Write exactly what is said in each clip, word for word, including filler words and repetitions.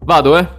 Vado, eh?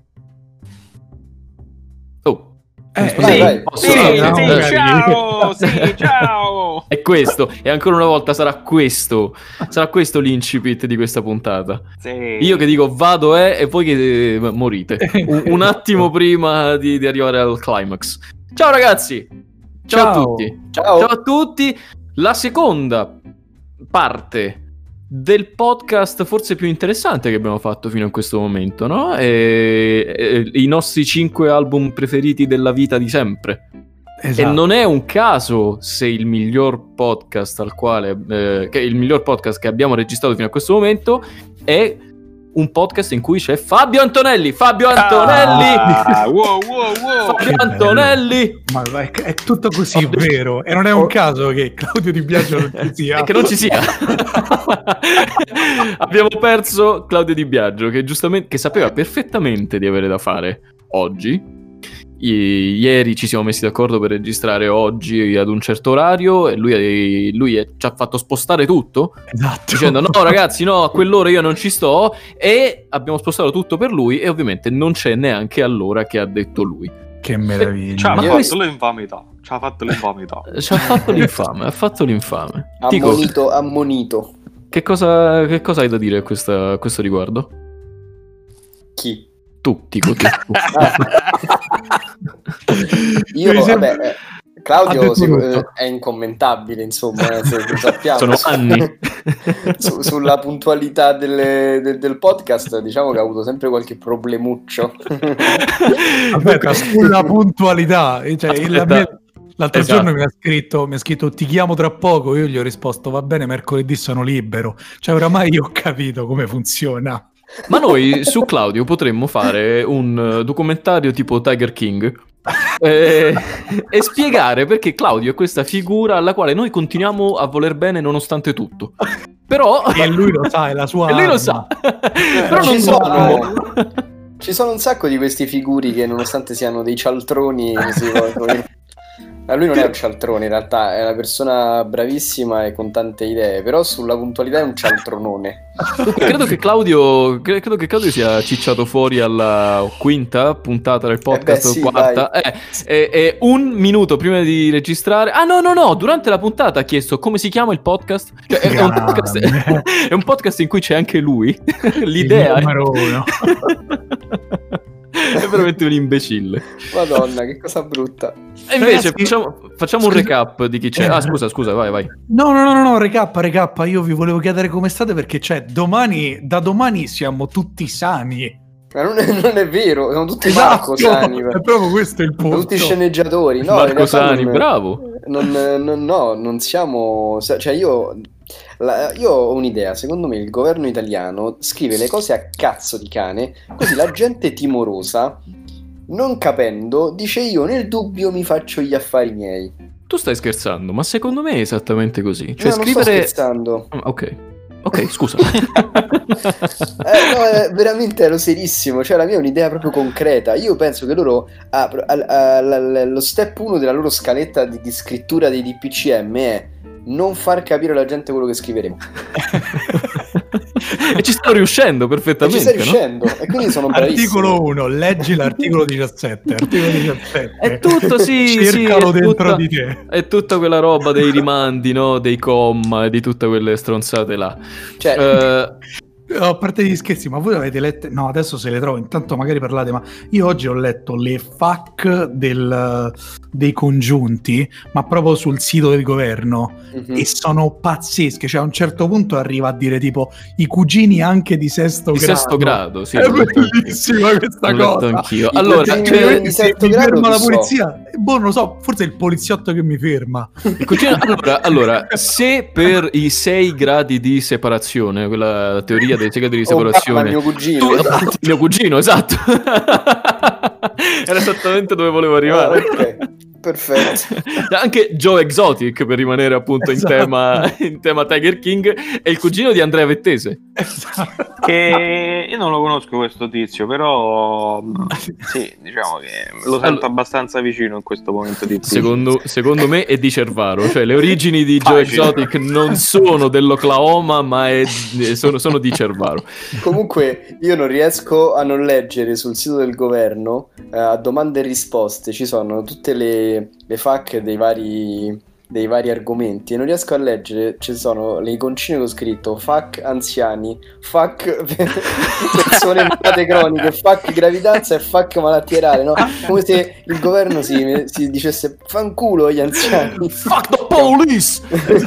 Oh. Eh, Posso- vai, vai. posso- Sì, eh, sì, eh, ciao, sì, ciao. È questo, e ancora una volta sarà questo, sarà questo l'incipit di questa puntata. Sì. Io che dico vado eh, e voi che eh, morite. Un, un attimo prima di, di arrivare al climax. Ciao ragazzi! Ciao, a Ciao. tutti! Ciao. Ciao a tutti! La seconda parte del podcast forse più interessante che abbiamo fatto fino a questo momento, no? E, e- i nostri cinque album preferiti della vita di sempre. Esatto. E non è un caso se il miglior podcast al quale eh, che il miglior podcast che abbiamo registrato fino a questo momento è un podcast in cui c'è Fabio Antonelli. Fabio Antonelli! Ah, wow, wow, wow. Fabio Che bello. Antonelli! Ma è, è tutto così Ho detto- vero. E non è un caso che Claudio Di Biagio non ci sia. E che non ci sia. Abbiamo perso Claudio Di Biagio che giustamente che sapeva perfettamente di avere da fare oggi. I- ieri ci siamo messi d'accordo per registrare oggi ad un certo orario e lui, lui è- ci ha fatto spostare tutto Esatto. dicendo no ragazzi no a quell'ora io non ci sto, e abbiamo spostato tutto per lui e ovviamente non c'è neanche all'ora che ha detto lui. Che meraviglia. Ci ha Ma fatto questo- l'infamità. Ci ha fatto l'infamità. Ci ha fatto l'infame, ha fatto l'infame. Tico, Ammonito, ammonito. che cosa, che cosa hai da dire a, questa- a questo riguardo? Chi? Tu, Tico, tu. Io, Mi sembra- vabbè, eh, Ha Claudio detto si- tutto. eh, è incommentabile, insomma, eh, se lo sappiamo. Sono anni. Su- sulla puntualità delle- del, del podcast, diciamo che ha avuto sempre qualche problemuccio. Aspetta, sulla puntualità. Cioè, il- la Aspetta. mia- l'altro Esatto. giorno mi ha scritto, mi ha scritto ti chiamo tra poco. Io gli ho risposto va bene, mercoledì sono libero. Cioè, oramai io ho capito come funziona. Ma noi su Claudio potremmo fare un eh, documentario tipo Tiger King eh, e spiegare perché Claudio è questa figura alla quale noi continuiamo a voler bene nonostante tutto. Però E lui lo sa, è la sua e lui lo arma. sa. Però Ci non sono- dobbiamo. Ci sono un sacco di questi figuri che, nonostante siano dei cialtroni, si vogliono- ma lui non è un cialtrone, in realtà è una persona bravissima e con tante idee, però sulla puntualità è un cialtronone. Credo che Claudio cre- credo che Claudio sia cicciato fuori alla quinta puntata del podcast, Eh beh, sì, quarta. Eh, e, e un minuto prima di registrare. Ah no, no, no, durante la puntata ha chiesto come si chiama il podcast. Cioè, è, è un podcast, Grande. è un podcast in cui c'è anche lui. L'idea Il è... numero uno. è veramente un imbecille. Madonna, che cosa brutta. E invece Ragazzi, facciamo, facciamo un scusa- recap di chi c'è. Ah, scusa, scusa, vai, vai. No, no, no, no, no, recappa, recappa. Io vi volevo chiedere come state perché c'è domani, da domani siamo tutti sani. Ma non è, non è vero, sono tutti Esatto, Marco Sani, è proprio questo il sono punto. tutti sceneggiatori. No, in Marco realtà Sani, non- bravo. Non, non- no, non siamo. Cioè, io, la- io ho un'idea. Secondo me il governo italiano scrive le cose a cazzo di cane, così la gente timorosa, non capendo, dice io nel dubbio mi faccio gli affari miei. Tu stai scherzando, ma secondo me è esattamente così. Cioè No, non sto scrivere... scherzando. Ah, ok, ok, scusa. Eh, no, è veramente ero serissimo. Cioè, la mia è un'idea proprio concreta. Io penso che loro, ah, pro- al- al- al- lo step uno della loro scaletta di, di scrittura dei D P C M è non far capire alla gente quello che scriveremo. E ci sto riuscendo E perfettamente, ci stai no? riuscendo, e quindi sono bravissimo. Articolo uno, leggi l'articolo diciassette. Articolo diciassette. È tutto, sì, sì, Cercalo è dentro tutta- di te. È tutta quella roba dei rimandi, no? Dei comma e di tutte quelle stronzate là. Cioè, Eh, No, a parte gli scherzi, ma voi avete letto? No, adesso se le trovo, intanto magari parlate, ma io oggi ho letto le F A Q del, dei congiunti, ma proprio sul sito del governo, mhm. e sono pazzesche, cioè a un certo punto arriva a dire tipo i cugini anche di sesto di grado. sesto grado, sì. È l'ho letto anch'io. bellissima questa L'ho letto cosa. anch'io. I Allora, cugini cioè, di Se sesto mi grado, ferma la chi so? polizia, boh, non lo so, forse è il poliziotto che mi ferma. il cugino- allora, allora, se per i sei gradi di separazione, quella teoria dei sei gradi di Oh, separazione, mamma, mio cugino. tu, appunto, mio cugino, esatto. Era esattamente dove volevo arrivare. Ah, ok, perfetto. Anche Joe Exotic, per rimanere appunto in Esatto. tema in tema Tiger King, è il cugino di Andrea Vettese. Esatto. Che io non lo conosco questo tizio, però sì, diciamo che lo sento Allora, abbastanza vicino in questo momento di Secondo, secondo me è di Cervaro, cioè le origini di Joe Facile. Exotic non sono dell'Oklahoma, ma è- sono, sono di Cervaro. Comunque io non riesco a non leggere sul sito del governo, eh, a domande e risposte ci sono tutte le, le F A Q dei vari, dei vari argomenti e non riesco a leggere, ci sono le iconcine con scritto F A Q anziani, F A Q persone malate croniche, F A Q gravidanza e F A Q malattie rare, no? Come se il governo si, si dicesse fanculo gli anziani. Fuck the police!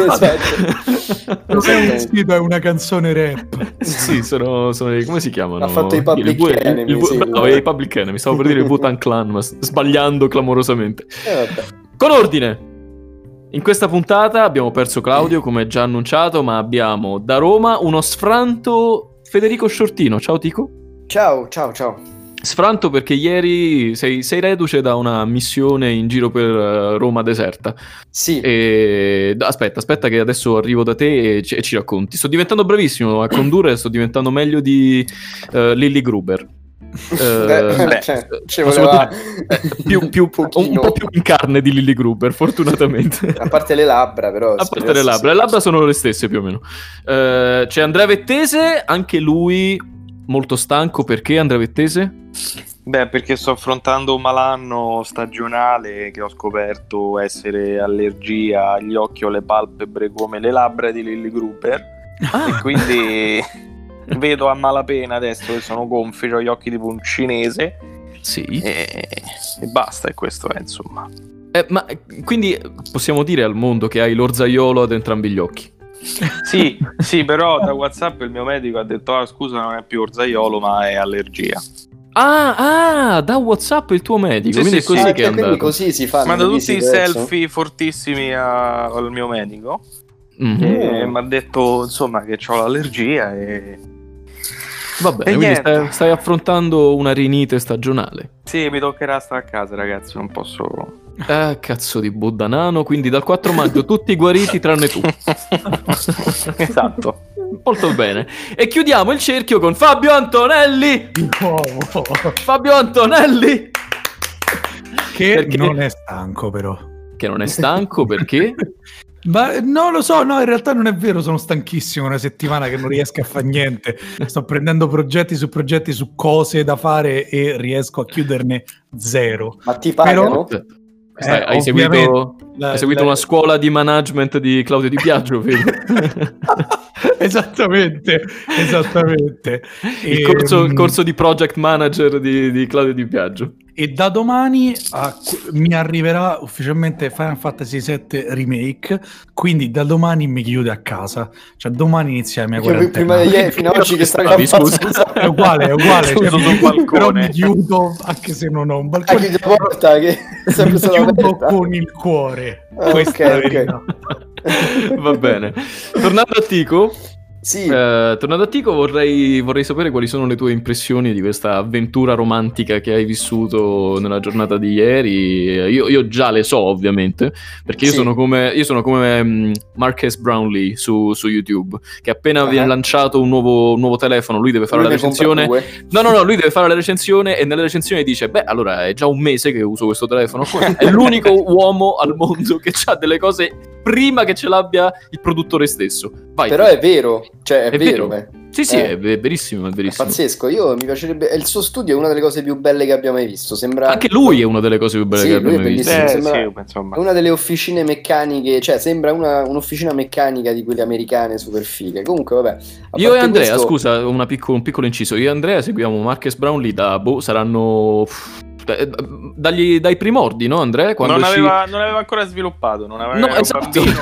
Esatto. Non è un sito, è una canzone rap. Sì, sono, sono i- come si chiamano? Ha fatto i Public Il Wu- il- Enemy, il Wu- sì, bravo, quello. i Public Enemy, stavo per dire il Wu-Tang Clan, ma s- sbagliando clamorosamente. Eh, vabbè. Con ordine! In questa puntata abbiamo perso Claudio, come già annunciato, ma abbiamo da Roma uno sfranto Federico Sciortino. Ciao Tico. Ciao, ciao, ciao. Sfranto perché ieri sei, sei reduce da una missione in giro per eh, Roma deserta. Sì. E... Aspetta, aspetta che adesso arrivo da te e ci, e ci racconti. Sto diventando bravissimo a condurre, sto diventando meglio di eh, Lily Gruber. Eh, Beh, beh, cioè, ci ma voleva soprattutto, eh, più, più- un pochino. un po' più in carne di Lily Gruber, fortunatamente. A parte le labbra, però. A parte le labbra, le labbra sono le stesse più o meno. Eh, c'è Andrea Vettese, anche lui molto stanco. Perché Andrea Vettese? Beh, perché sto affrontando un malanno stagionale che ho scoperto essere allergia agli occhi o alle palpebre come le labbra di Lily Gruber e quindi vedo a malapena adesso che sono gonfi, ho gli occhi tipo un cinese Sì. e, e basta, e questo è insomma. Eh, ma quindi possiamo dire al mondo che hai l'orzaiolo ad entrambi gli occhi? Sì, sì, però da WhatsApp il mio medico ha detto ah, scusa, non è più orzaiolo ma è allergia. Ah, ah, da WhatsApp il tuo medico. Sì, quindi sì, è così sì. che è Ah, quindi andato. così si fanno. Mando le tutti i visite adesso? selfie fortissimi a- al mio medico Mhm. e mi ha detto insomma che ho l'allergia e Va bene, E quindi niente. stai, stai affrontando una rinite stagionale. sì, mi toccherà stare a casa, ragazzi, non posso. Ah, cazzo di Buddanano. Quindi dal quattro maggio tutti guariti tranne tu. Esatto. Molto bene. E chiudiamo il cerchio con Fabio Antonelli. Wow. Fabio Antonelli. Che Perché? non è stanco, però. Che non è stanco perché? Ma non lo so, no, in realtà non è vero, sono stanchissimo, una settimana che non riesco a fare niente. Sto prendendo progetti su progetti su cose da fare e riesco a chiuderne zero. Ma ti pagano? Però- Stai- Eh, hai seguito, ovviamente, la- hai seguito la- una scuola di management di Claudio Di Biagio, vedo. Esattamente, esattamente. il, E, corso, il mm, corso di project manager di, di Claudio Di Biagio. E da domani a- mi arriverà ufficialmente Final Fantasy sette Remake, quindi da domani mi chiude a casa. Cioè domani inizia la mia Io quarantena. prima di ieri, fino a oggi che stavo Stavi, scusa. È uguale, è uguale. Cioè, Sotto mi un chiudo, però balcone. mi chiudo anche se non ho un Ah, balcone. chiudi la porta che è sempre Mi stata chiudo aperta. con il cuore. Ah, Questa ok, è la ok. verità. Va bene. Tornando a Tico, Sì, eh, tornando a Tico vorrei, vorrei sapere quali sono le tue impressioni di questa avventura romantica che hai vissuto nella giornata di ieri. Io, io già le so, ovviamente, perché io Sì. sono come, io sono come mm, Marques Brownlee su, su YouTube, che appena Ah. viene lanciato un nuovo, un nuovo telefono, lui deve fare lui la ne compra recensione. due. No, no, no, lui deve fare la recensione e nella recensione dice: beh, allora è già un mese che uso questo telefono. È l'unico uomo al mondo che ha delle cose prima che ce l'abbia il produttore stesso. Vai. Però è vero, cioè è, È vero, vero. beh. Sì, sì, Eh. è ve- verissimo, è È verissimo. pazzesco. Io mi piacerebbe. E il suo studio è una delle cose più belle che abbia mai visto. Sembra Anche lui è una delle cose più belle Sì, che lui è abbiamo visto. bellissimo. Eh, sembra- sì, insomma. è una delle officine meccaniche, cioè sembra una, un'officina meccanica di quelle americane super fighe. Comunque, vabbè. a Io e parte Andrea, questo- scusa, una picco- un piccolo inciso. Io e Andrea seguiamo Marques Brownlee da, boh, saranno... pff, eh, dagli- dai primordi, no Andrea? Quando Non ci- aveva, non aveva ancora sviluppato, non aveva No, era un esatto. bambino.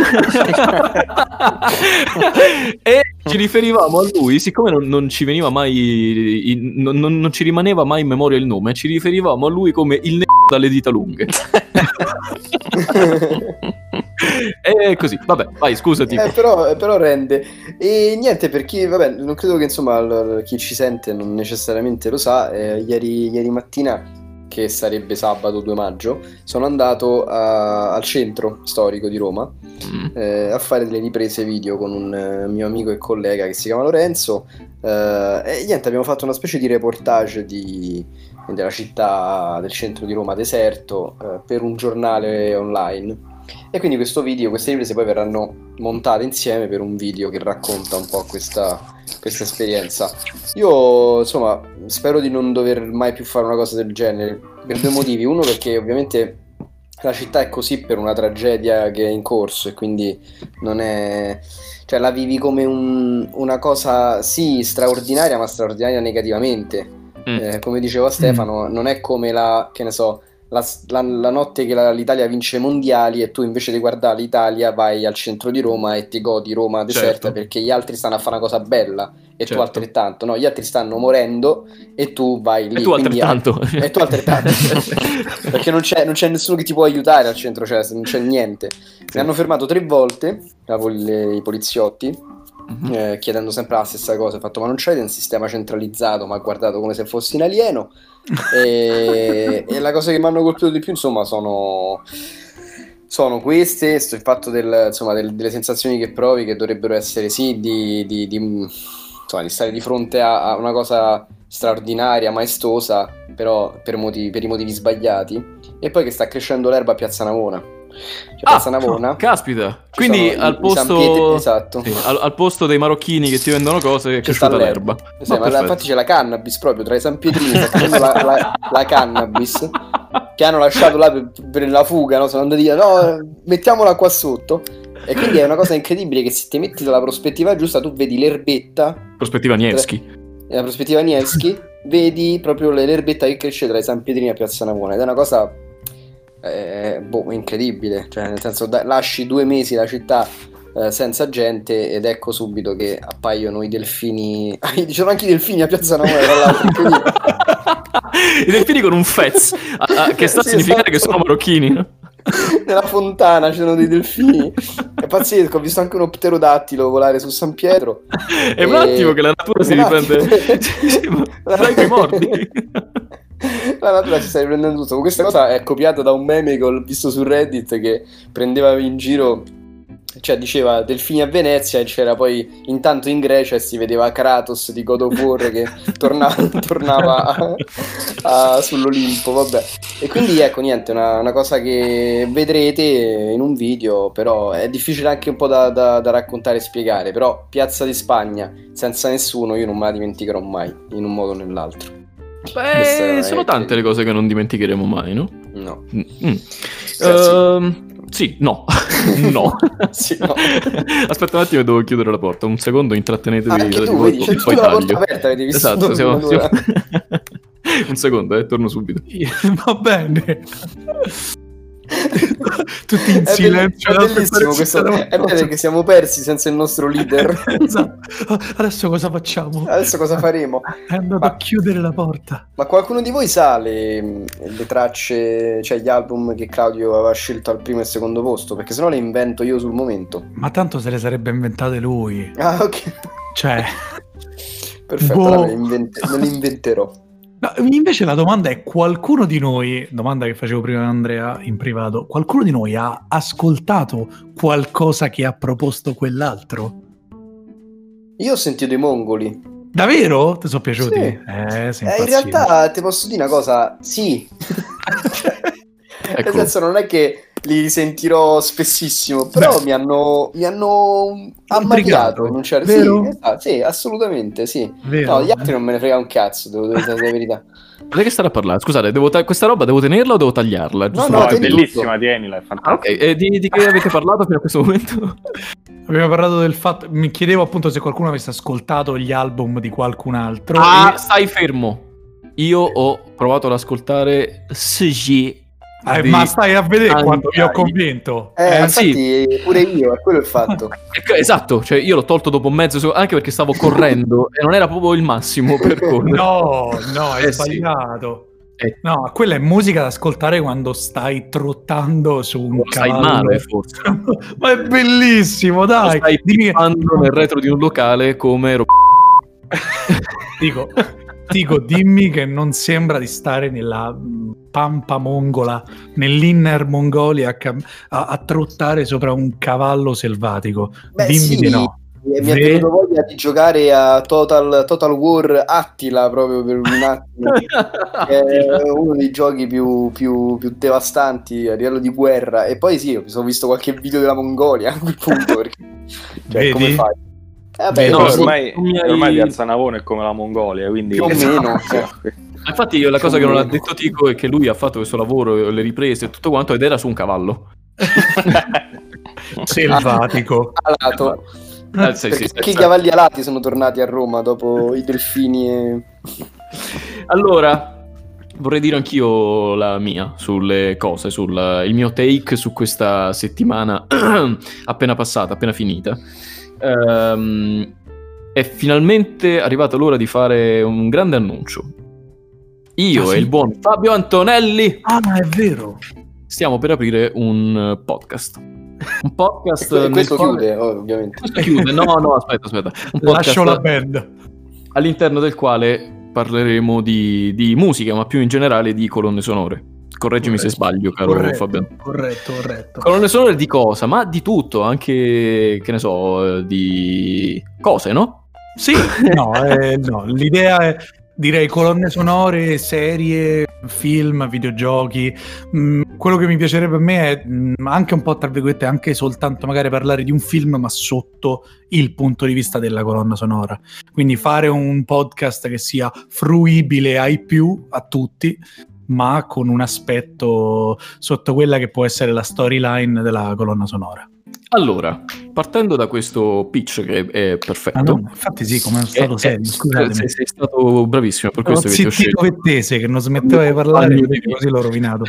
E ci riferivamo a lui, siccome non, non ci veniva mai, in- non, non- non ci rimaneva mai in memoria il nome, ci riferivamo a lui come il ne dalle dita lunghe. E così, vabbè, vai, scusati. Eh, però, però rende. E niente, per chi, vabbè, non credo che insomma l- chi ci sente non necessariamente lo sa. eh, ieri, ieri mattina che sarebbe sabato due maggio, sono andato a, al centro storico di Roma mm. eh, a fare delle riprese video con un eh, mio amico e collega che si chiama Lorenzo eh, e niente, abbiamo fatto una specie di reportage di, della città, del centro di Roma deserto eh, per un giornale online. E quindi questo video, queste riprese poi verranno montate insieme per un video che racconta un po' questa, questa esperienza. Io insomma spero di non dover mai più fare una cosa del genere per due motivi. Uno, perché ovviamente la città è così per una tragedia che è in corso e quindi non è, cioè la vivi come un, una cosa sì straordinaria, ma straordinaria negativamente. mm. eh, come diceva Stefano, mm. non è come la, che ne so, La, la, la notte che la, l'Italia vince i mondiali e tu invece di guardare l'Italia vai al centro di Roma e ti godi Roma deserta, certo, perché gli altri stanno a fare una cosa bella e certo. tu altrettanto, no, gli altri stanno morendo e tu vai lì e tu altrettanto a, e tu altrettanto perché non c'è, non c'è nessuno che ti può aiutare al centro, cioè non c'è niente. Sì. Mi hanno fermato tre volte le, i poliziotti mm-hmm. eh, chiedendo sempre la stessa cosa. Ho fatto: ma non c'è un sistema centralizzato? Ma guardato come se fossi in alieno. e, e la cosa che mi hanno colpito di più insomma sono sono queste, sto, il fatto del, insomma, del, delle sensazioni che provi, che dovrebbero essere sì di, di, di, insomma, di stare di fronte a, a una cosa straordinaria, maestosa, però per, motivi, per i motivi sbagliati, e poi che sta crescendo l'erba a Piazza Navona. Cioè, ah, Piazza Navona, caspita, quindi al i, posto Pietro, esatto. sì, al, al posto dei marocchini che ti vendono cose è cresciuta l'erba, sì, ma la, infatti c'è la cannabis proprio tra i San Pietrini, sta la, la, la cannabis che hanno lasciato là per, per la fuga, no? Sono andati a dire no, mettiamola qua sotto, e quindi è una cosa incredibile che se ti metti dalla prospettiva giusta tu vedi l'erbetta, prospettiva Nevsky, nella prospettiva Nevsky vedi proprio l'erbetta che cresce tra i San Pietrini a Piazza Navona, ed è una cosa Eh, boh, incredibile, cioè nel senso da, lasci due mesi la città eh, senza gente ed ecco subito che appaiono i delfini. Ah, ci sono anche i delfini a Piazza Navona, tra l'altro. I delfini con un fez a, a, che sta a sì, significare esatto. che sono marocchini, no? Nella fontana ci sono dei delfini, è pazzesco. Ho visto anche un pterodattilo volare su San Pietro. È e... un attimo che la natura si riprende dai primordi. La natura si sta riprendendo tutto. Questa cosa è copiata da un meme che ho visto su Reddit che prendeva in giro, cioè diceva delfini a Venezia, e c'era poi intanto in Grecia e si vedeva Kratos di God of War che tornava, tornava a, a, sull'Olimpo, vabbè. E quindi ecco, niente, una, una cosa che vedrete in un video, però è difficile anche un po' da, da, da raccontare e spiegare. Però Piazza di Spagna senza nessuno io non me la dimenticherò mai, in un modo o nell'altro. Beh, sono tante le cose che non dimenticheremo mai, no? No. Mm. Mm. Uh, sì, no. no. sì, no. Aspetta un attimo, devo chiudere la porta. Un secondo, intrattenetevi. Ah, anche tu, vedi, c'è poi la porta aperta, avete visto? Esatto, siamo, siamo... un secondo, eh, torno subito. Va bene. Tutti in è silenzio, be- è bellissimo questo, è bello che siamo persi senza il nostro leader. Esatto. Adesso cosa facciamo? Adesso cosa faremo? È andato ma, a chiudere la porta. Ma qualcuno di voi sa le, le tracce, cioè gli album che Claudio aveva scelto al primo e secondo posto? Perché sennò le invento io sul momento. Ma tanto se le sarebbe inventate lui. Ah, ok. Cioè perfetto, boh. allora me, le invent- me le inventerò. No, invece la domanda è: qualcuno di noi, domanda che facevo prima a Andrea in privato, qualcuno di noi ha ascoltato qualcosa che ha proposto quell'altro? Io ho sentito i Mongoli. Davvero? Ti sono piaciuti? Sì. Eh, sei eh, in realtà ti posso dire una cosa, sì. Ecco. Nel senso, non è che li sentirò spessissimo, però Beh. mi hanno mi hanno ammaliato in un certo vero? Sì, esatto, sì, assolutamente sì. Vero. No, gli altri non me ne frega un cazzo, devo dire la verità. Ma che stare a parlare? Scusate, devo ta- questa roba devo tenerla o devo tagliarla? No, Giusto no, per- è bellissima, tienila, è fantastica. Ok, e di, di che avete parlato fino a questo momento? Abbiamo parlato del fatto, mi chiedevo appunto se qualcuno avesse ascoltato gli album di qualcun altro. Ah, e... stai fermo. Io ho provato ad ascoltare S G. Eh, di- ma stai a vedere Ah, quando vi ho dai. convinto. Eh, Eh, infatti pure io, è quello il fatto. Ecco, esatto, cioè io l'ho tolto dopo mezzo secondo, anche perché stavo correndo e non era proprio il massimo per correre. No, no, hai Eh, sì. sbagliato. Eh. No, quella è musica da ascoltare quando stai trottando su un Stai cavallo. male, forse. Ma è bellissimo, dai. Stai Dimmi che- pippando nel retro di un locale come ero... Dico, Tico, dimmi che non sembra di stare nella pampa mongola, nell'inner Mongolia a, cam- a, a trottare sopra un cavallo selvatico. Beh, dimmi sì, di no. mi è Ve- venuto voglia di giocare a Total, Total War Attila proprio per un attimo. È uno dei giochi più, più, più devastanti a livello di guerra. E poi sì, mi sono visto qualche video della Mongolia a quel punto, perché cioè, Vedi? come fai? Eh, vabbè, Vedi? No, No, però- ormai, mi hai- ormai Piazza Navona è come la Mongolia, quindi Più o meno. Infatti io la cosa che non ha detto Tico è che lui ha fatto questo lavoro, le riprese e tutto quanto, ed era su un cavallo. Selvatico. Alato. Eh, sì, Perché sì, anche i sì. cavalli alati sono tornati a Roma dopo i delfini e... Allora, vorrei dire anch'io la mia sulle cose, sul il mio take su questa settimana appena passata, appena finita. Ehm, è finalmente arrivata l'ora di fare un grande annuncio. Io Ah, sì? e il buon Fabio Antonelli Ah, è vero. stiamo per aprire un podcast. Un podcast e que- nel questo quale- chiude, oh, ovviamente. Questo chiude. No, no, aspetta, aspetta. Un podcast Lascio la band. all'interno del quale parleremo di, di musica, ma più in generale di colonne sonore. Correggimi se sbaglio, caro corretto, Fabiano. Corretto, corretto. Colonne sonore di cosa? Ma di tutto, anche, che ne so, eh, di cose, no? Sì, no, eh, no, l'idea è, direi, colonne sonore, serie, film, videogiochi. Mm, quello che mi piacerebbe a me è mm, anche un po', tra virgolette, anche soltanto magari parlare di un film, ma sotto il punto di vista della colonna sonora. Quindi fare un podcast che sia fruibile ai più, a tutti, ma con un aspetto sotto quella che può essere la storyline della colonna sonora. Allora, partendo da questo pitch che è perfetto. Ah, no, infatti sì, come è stato eh, serio, eh, scusatemi. sei, sei stato bravissimo, per questo Ho che ti ho zittito scelto. Vettese che non smetteva di parlare, Ogni- quindi così l'ho rovinato.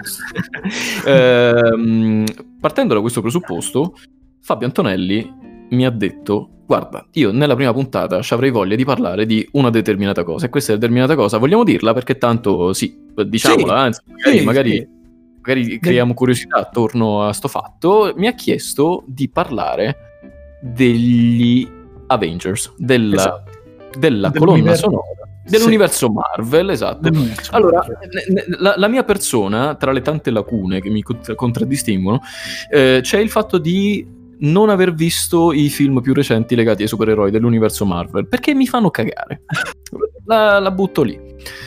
Ehm, partendo da questo presupposto, Fabio Antonelli mi ha detto: guarda, io nella prima puntata ci avrei voglia di parlare di una determinata cosa, e questa determinata cosa vogliamo dirla perché tanto sì, diciamola, Sì, anzi, magari, sì, magari, sì. magari creiamo curiosità attorno a sto fatto. Mi ha chiesto di parlare degli Avengers, della, Esatto. della colonna Dell'universo- sonora dell'universo Marvel, esatto. Dell'universo Allora, Marvel. ne- ne- la, la mia persona, tra le tante lacune che mi cont- contraddistinguono, eh, c'è il fatto di non aver visto i film più recenti legati ai supereroi dell'universo Marvel, perché mi fanno cagare. La, la butto lì.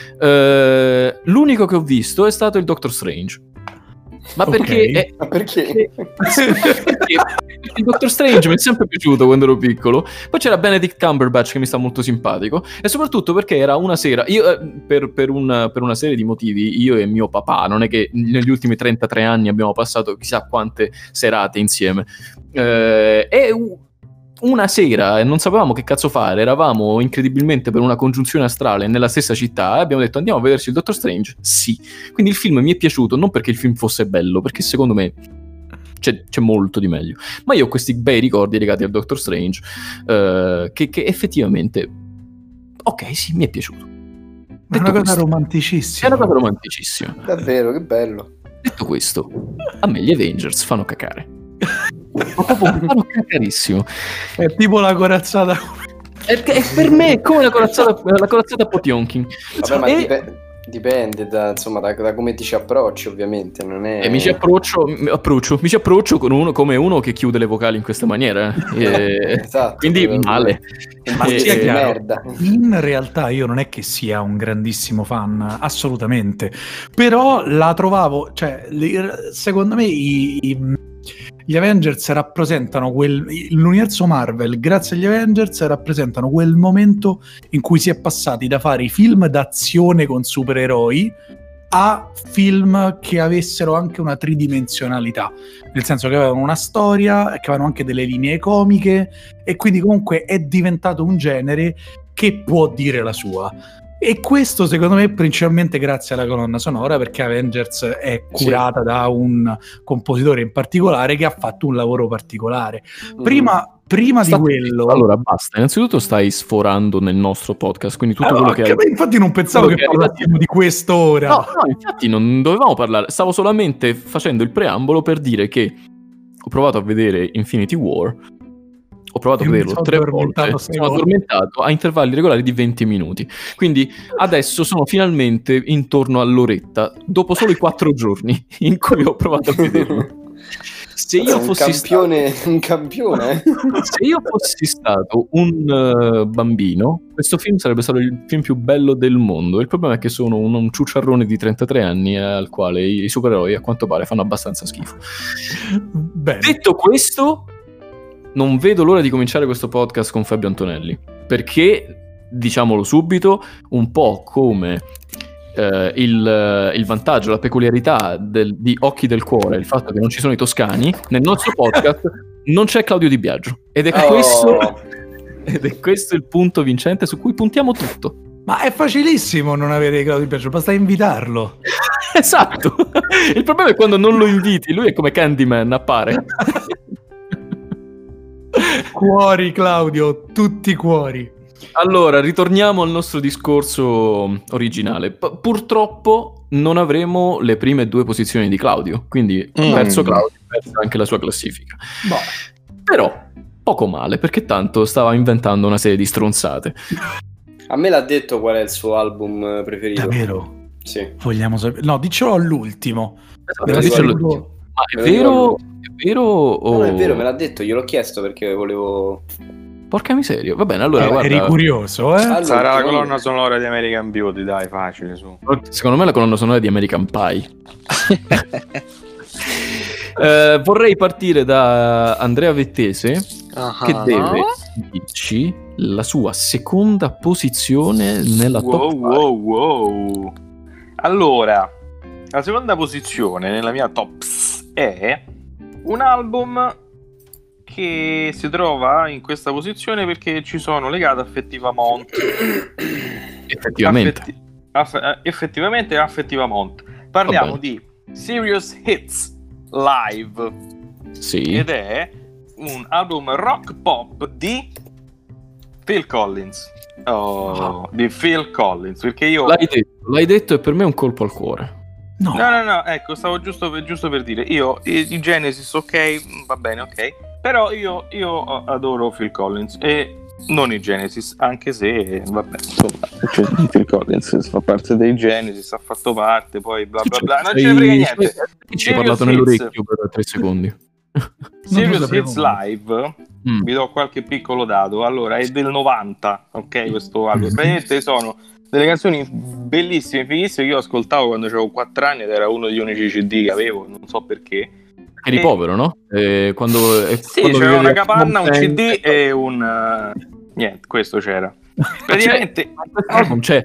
Eh, l'unico che ho visto è stato il Doctor Strange. Ma Ok. perché, è- Ma perché? perché il Doctor Strange mi è sempre piaciuto quando ero piccolo. Poi c'era Benedict Cumberbatch che mi sta molto simpatico, e soprattutto perché era una sera io eh, per, per, un- per una serie di motivi, io e mio papà, non è che negli ultimi trentatré anni abbiamo passato chissà quante serate insieme, eh, e u- una sera e non sapevamo che cazzo fare, eravamo incredibilmente per una congiunzione astrale nella stessa città e abbiamo detto: andiamo a vederci il Doctor Strange. Sì, quindi il film mi è piaciuto non perché il film fosse bello, perché secondo me c'è, c'è molto di meglio, ma io ho questi bei ricordi legati al Doctor Strange, eh, che, che effettivamente, ok, sì, mi è piaciuto. È una Detto cosa questo, è romanticissima. una cosa romanticissima. Davvero, che bello. Detto questo, a me gli Avengers fanno cacare. Ma proprio fanno cacarissimo. È tipo la corazzata. È, è per me è come la corazzata, la corazzata a Potionkin. Vabbè, ma E- dipe- dipende da, insomma, da, da come ti ci approcci, ovviamente. Non è... E mi ci approccio, mi approccio, mi ci approccio con uno, come uno che chiude le vocali in questa maniera. eh. E- Esatto, quindi proprio- male. Ma E- sia di chiaro, merda. in realtà io non è che sia un grandissimo fan, assolutamente, però la trovavo, cioè, li- secondo me i- i- gli Avengers rappresentano quel, l'universo Marvel, grazie agli Avengers rappresentano quel momento in cui si è passati da fare i film d'azione con supereroi a film che avessero anche una tridimensionalità, nel senso che avevano una storia, che avevano anche delle linee comiche, e quindi comunque è diventato un genere che può dire la sua. E questo secondo me principalmente grazie alla colonna sonora, perché Avengers è curata da un compositore in particolare che ha fatto un lavoro particolare. Prima, prima Sta- di quello... Allora, basta. Innanzitutto stai sforando nel nostro podcast, quindi tutto Allora, quello che che- infatti non pensavo quello che che è parlassimo di quest'ora. No, no, infatti non dovevamo parlare. Stavo solamente facendo il preambolo per dire che ho provato a vedere Infinity War. ho provato a Io mi vederlo sono tre addormentato volte, sei sono volte. addormentato a intervalli regolari di venti minuti. Quindi adesso sono finalmente intorno all'oretta, dopo solo i quattro giorni in cui ho provato a vederlo. Se io un fossi campione, stato... un campione. Se io fossi stato un uh, bambino, questo film sarebbe stato il film più bello del mondo. Il problema è che sono un, un ciucciarrone di trentatré anni, eh, al quale i, i supereroi a quanto pare fanno abbastanza schifo. Bene. Detto questo, non vedo l'ora di cominciare questo podcast con Fabio Antonelli, perché, diciamolo subito, un po' come eh, il, il vantaggio, la peculiarità del, di Occhi del Cuore, il fatto che non ci sono i toscani, nel nostro podcast non c'è Claudio Di Biagio. Ed è, Oh. questo, ed è questo il punto vincente su cui puntiamo tutto. Ma è facilissimo non avere Claudio Di Biagio, basta invitarlo. Esatto. Il problema è quando non lo inviti, lui è come Candyman, appare. Cuori, Claudio, tutti cuori. Allora, ritorniamo al nostro discorso originale. P- purtroppo non avremo le prime due posizioni di Claudio, quindi Mm. perso Claudio, perso anche la sua classifica. Boh. Però, poco male, perché tanto stava inventando una serie di stronzate. A me l'ha detto qual è il suo album preferito. Davvero? Sì. Vogliamo sapere? No, dicelo all'ultimo. Esatto, Me lo dicelo- ricordo. Ma è Me lo vero, ricordo. è vero o... No, no, è vero, me l'ha detto, gliel'ho chiesto perché volevo... Porca miseria. Va bene, allora, Eh, guarda, eri curioso, eh? Allora, Sarà la ultimo- colonna sonora di American Beauty, dai, facile, su. secondo me la colonna sonora di American Pie. Eh, vorrei partire da Andrea Vettese, che deve dirci la sua seconda posizione nella top Wow, five. wow, wow. Allora, la seconda posizione nella mia tops è un album che si trova in questa posizione perché ci sono legato affettivamente. Effettivamente. Affetti- aff- eh, effettivamente affettivamente. Parliamo Va di Serious Hits Live Sì. ed è un album rock pop di Phil Collins. Oh, di Phil Collins, perché io L'hai detto, l'hai detto e per me è un colpo al cuore. No. No, no, no, ecco, stavo giusto per, giusto per dire, io i, i Genesis, ok, va bene, ok, però io, io adoro Phil Collins e non i Genesis, anche se, vabbè, insomma, cioè, Phil Collins fa parte dei Genesis, ha fatto parte, poi bla bla bla, non ce ne frega niente. Chi ci hai parlato Serious nell'orecchio Hits. per tre secondi? Serious sapevo Hits mai. Live, Mm. vi do qualche piccolo dato, allora è del novanta, ok, questo album, praticamente sono delle canzoni bellissime, fighissime, che io ascoltavo quando avevo quattro anni ed era uno degli unici C D che avevo, non so perché. Eri E- povero, no? Eh, quando, eh, Sì, quando c'era vivevi una a capanna, un C D Montaigne- e un... eh, niente, questo c'era. Praticamente... Ma questo album c'è.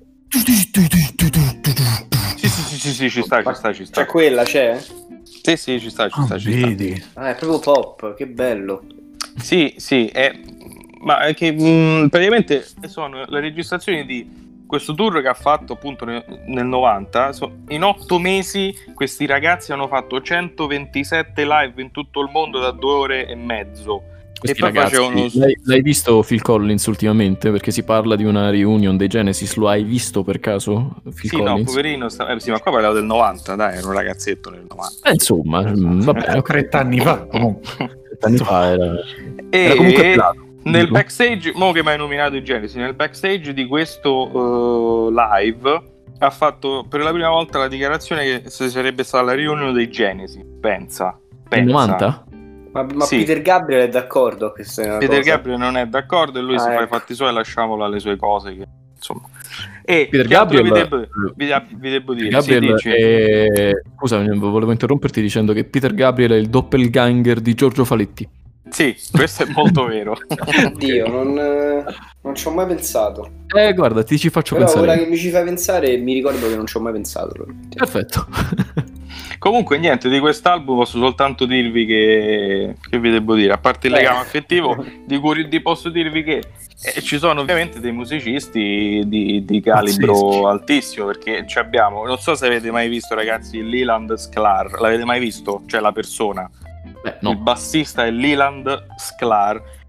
Sì, sì, sì, sì, sì, ci sta, ci sta, ci sta. C'è quella, c'è? Sì, sì, ci sta, ci Ah, sta, ci sta. vedi. Ah, è proprio pop, che bello. Sì, sì, è... ma è che mh, praticamente sono le registrazioni di questo tour che ha fatto appunto nel, nel novanta. So- in otto mesi questi ragazzi hanno fatto centoventisette live in tutto il mondo da due ore e mezzo. Questi e poi ragazzi, facevano... l'hai, l'hai visto Phil Collins ultimamente? Perché si parla di una reunion dei Genesis, lo hai visto per caso Phil Sì, no, Collins? poverino, sta... eh, sì, ma qua parlavo del novanta, dai, era un ragazzetto nel novanta. Eh, insomma, mm, va bene, ok. trent'anni fa, comunque. Anni fa era, E era comunque pelato. nel Dillo. backstage, mo che mi hai nominato i Genesis, nel backstage di questo eh, live ha fatto per la prima volta la dichiarazione che se sarebbe stata la riunione dei Genesis. Pensa, pensa. Nel novanta? Ma, ma Sì. Peter Gabriel è d'accordo a questa Peter cosa? Gabriel non è d'accordo e lui Ah, si fa i ecco. fatti suoi, lasciamolo alle sue cose che, insomma. E Peter che altro Gabriel, vi devo, vi, vi devo dire? Gabriel Sì, dici. è... Scusa, volevo interromperti dicendo che Peter Gabriel è il doppelganger di Giorgio Faletti. Sì, questo è molto vero. Oddio, non, eh, non ci ho mai pensato. Eh, guarda, ti ci faccio Però pensare. ora che mi ci fai pensare mi ricordo che non ci ho mai pensato. Perfetto. Comunque niente, di quest'album posso soltanto dirvi che che vi devo dire, a parte il legame Eh. affettivo di cui di- posso dirvi che eh, ci sono ovviamente dei musicisti di, di calibro Pazzeschi. altissimo, perché ci abbiamo, non so se avete mai visto ragazzi Leland Sklar, l'avete mai visto? Cioè la persona, Beh, il no. bassista è Leland Sklar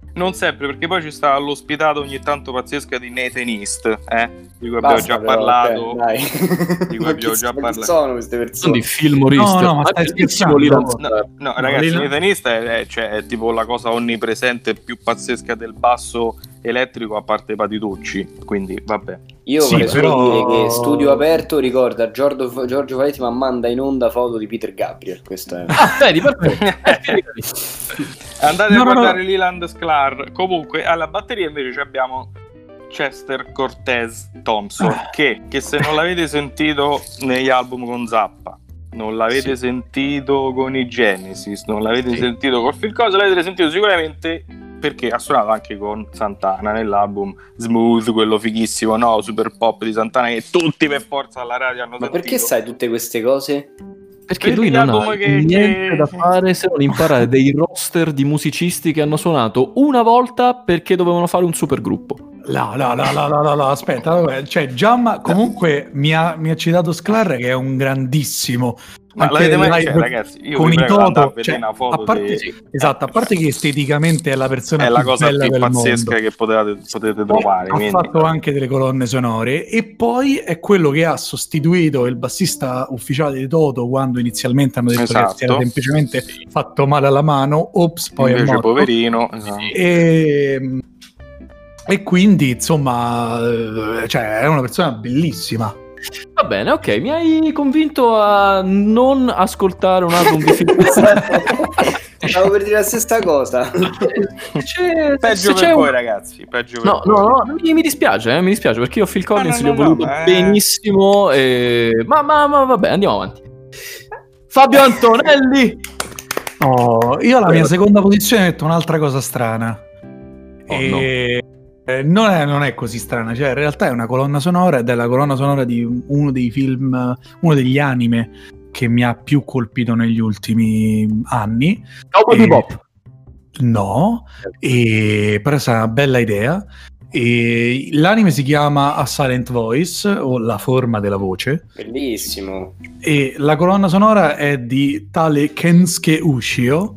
Non sempre, perché poi ci sta l'ospitata ogni tanto pazzesca di Nathan East, eh? Di cui abbiamo Basta, già però, parlato. ok, dai. Di cui Ma abbiamo chi già sono- chi parlato. sono queste Sono persone? di filmoristi. No, no, ma Ah, stai bellissimo scherzando? Lilan No. Star. No, no, No, ragazzi, Lila- Nathan East è, è- cioè, è tipo la cosa onnipresente più pazzesca del basso elettrico, a parte i patitucci, quindi vabbè. Io Sì, vorrei solo però- dire che Studio Aperto ricorda Giorgio, Giorgio Valetti, ma manda in onda foto di Peter Gabriel. Questo è... Ah, vedi, perfetto. Andate No, a no, guardare no. Leland Sklar. Comunque, alla batteria invece abbiamo Chester Cortez Thompson, che, che se non l'avete sentito negli album con Zappa, non l'avete Sì. sentito con i Genesis, non l'avete Sì. sentito con Phil Collins, l'avete sentito sicuramente perché ha suonato anche con Santana nell'album Smooth, quello fighissimo, no? Super pop di Santana, che tutti per forza alla radio hanno Ma sentito. perché sai tutte queste cose? Perché Per lui gli non album ha che- niente che- da fare se non imparare dei roster di musicisti che hanno suonato una volta perché dovevano fare un super gruppo. No, no, no, no, no, no, no, aspetta, vabbè, cioè Giamma comunque mi ha, mi ha citato Sklar, che è un grandissimo. Ma anche l'avete mai live cioè, ragazzi, io con vi i prego di andare a Toto, vedere cioè, una foto a parte, di- esatto, a parte che esteticamente è la persona è più la cosa bella più del pazzesca mondo. che potete, potete Poi trovare. ha Quindi. fatto anche delle colonne sonore e poi è quello che ha sostituito il bassista ufficiale di Toto quando inizialmente hanno detto Esatto. che si era semplicemente fatto male alla mano, ops, poi è Invece, morto. poverino, esatto. E, e quindi insomma, eh, cioè, è una persona bellissima. Va bene, ok, mi hai convinto a non ascoltare un album di Phil. Stavo per dire la stessa cosa. C'è, peggio se per c'è voi, un- ragazzi. Peggio No, per no, voi. no, mi, mi dispiace, eh, mi dispiace perché io Phil Collins no, li ho no, voluto no, eh. benissimo. E... Ma, ma, ma vabbè, andiamo avanti. Fabio Antonelli. Oh, io alla mia seconda posizione ho detto un'altra cosa strana. Oh, e eh, non, è, non è così strana, cioè in realtà è una colonna sonora ed è la colonna sonora di uno dei film, uno degli anime che mi ha più colpito negli ultimi anni. Cowboy E- Bebop. No, e, però è una bella idea. E l'anime si chiama A Silent Voice o La forma della voce. Bellissimo. E la colonna sonora è di tale Kensuke Ushio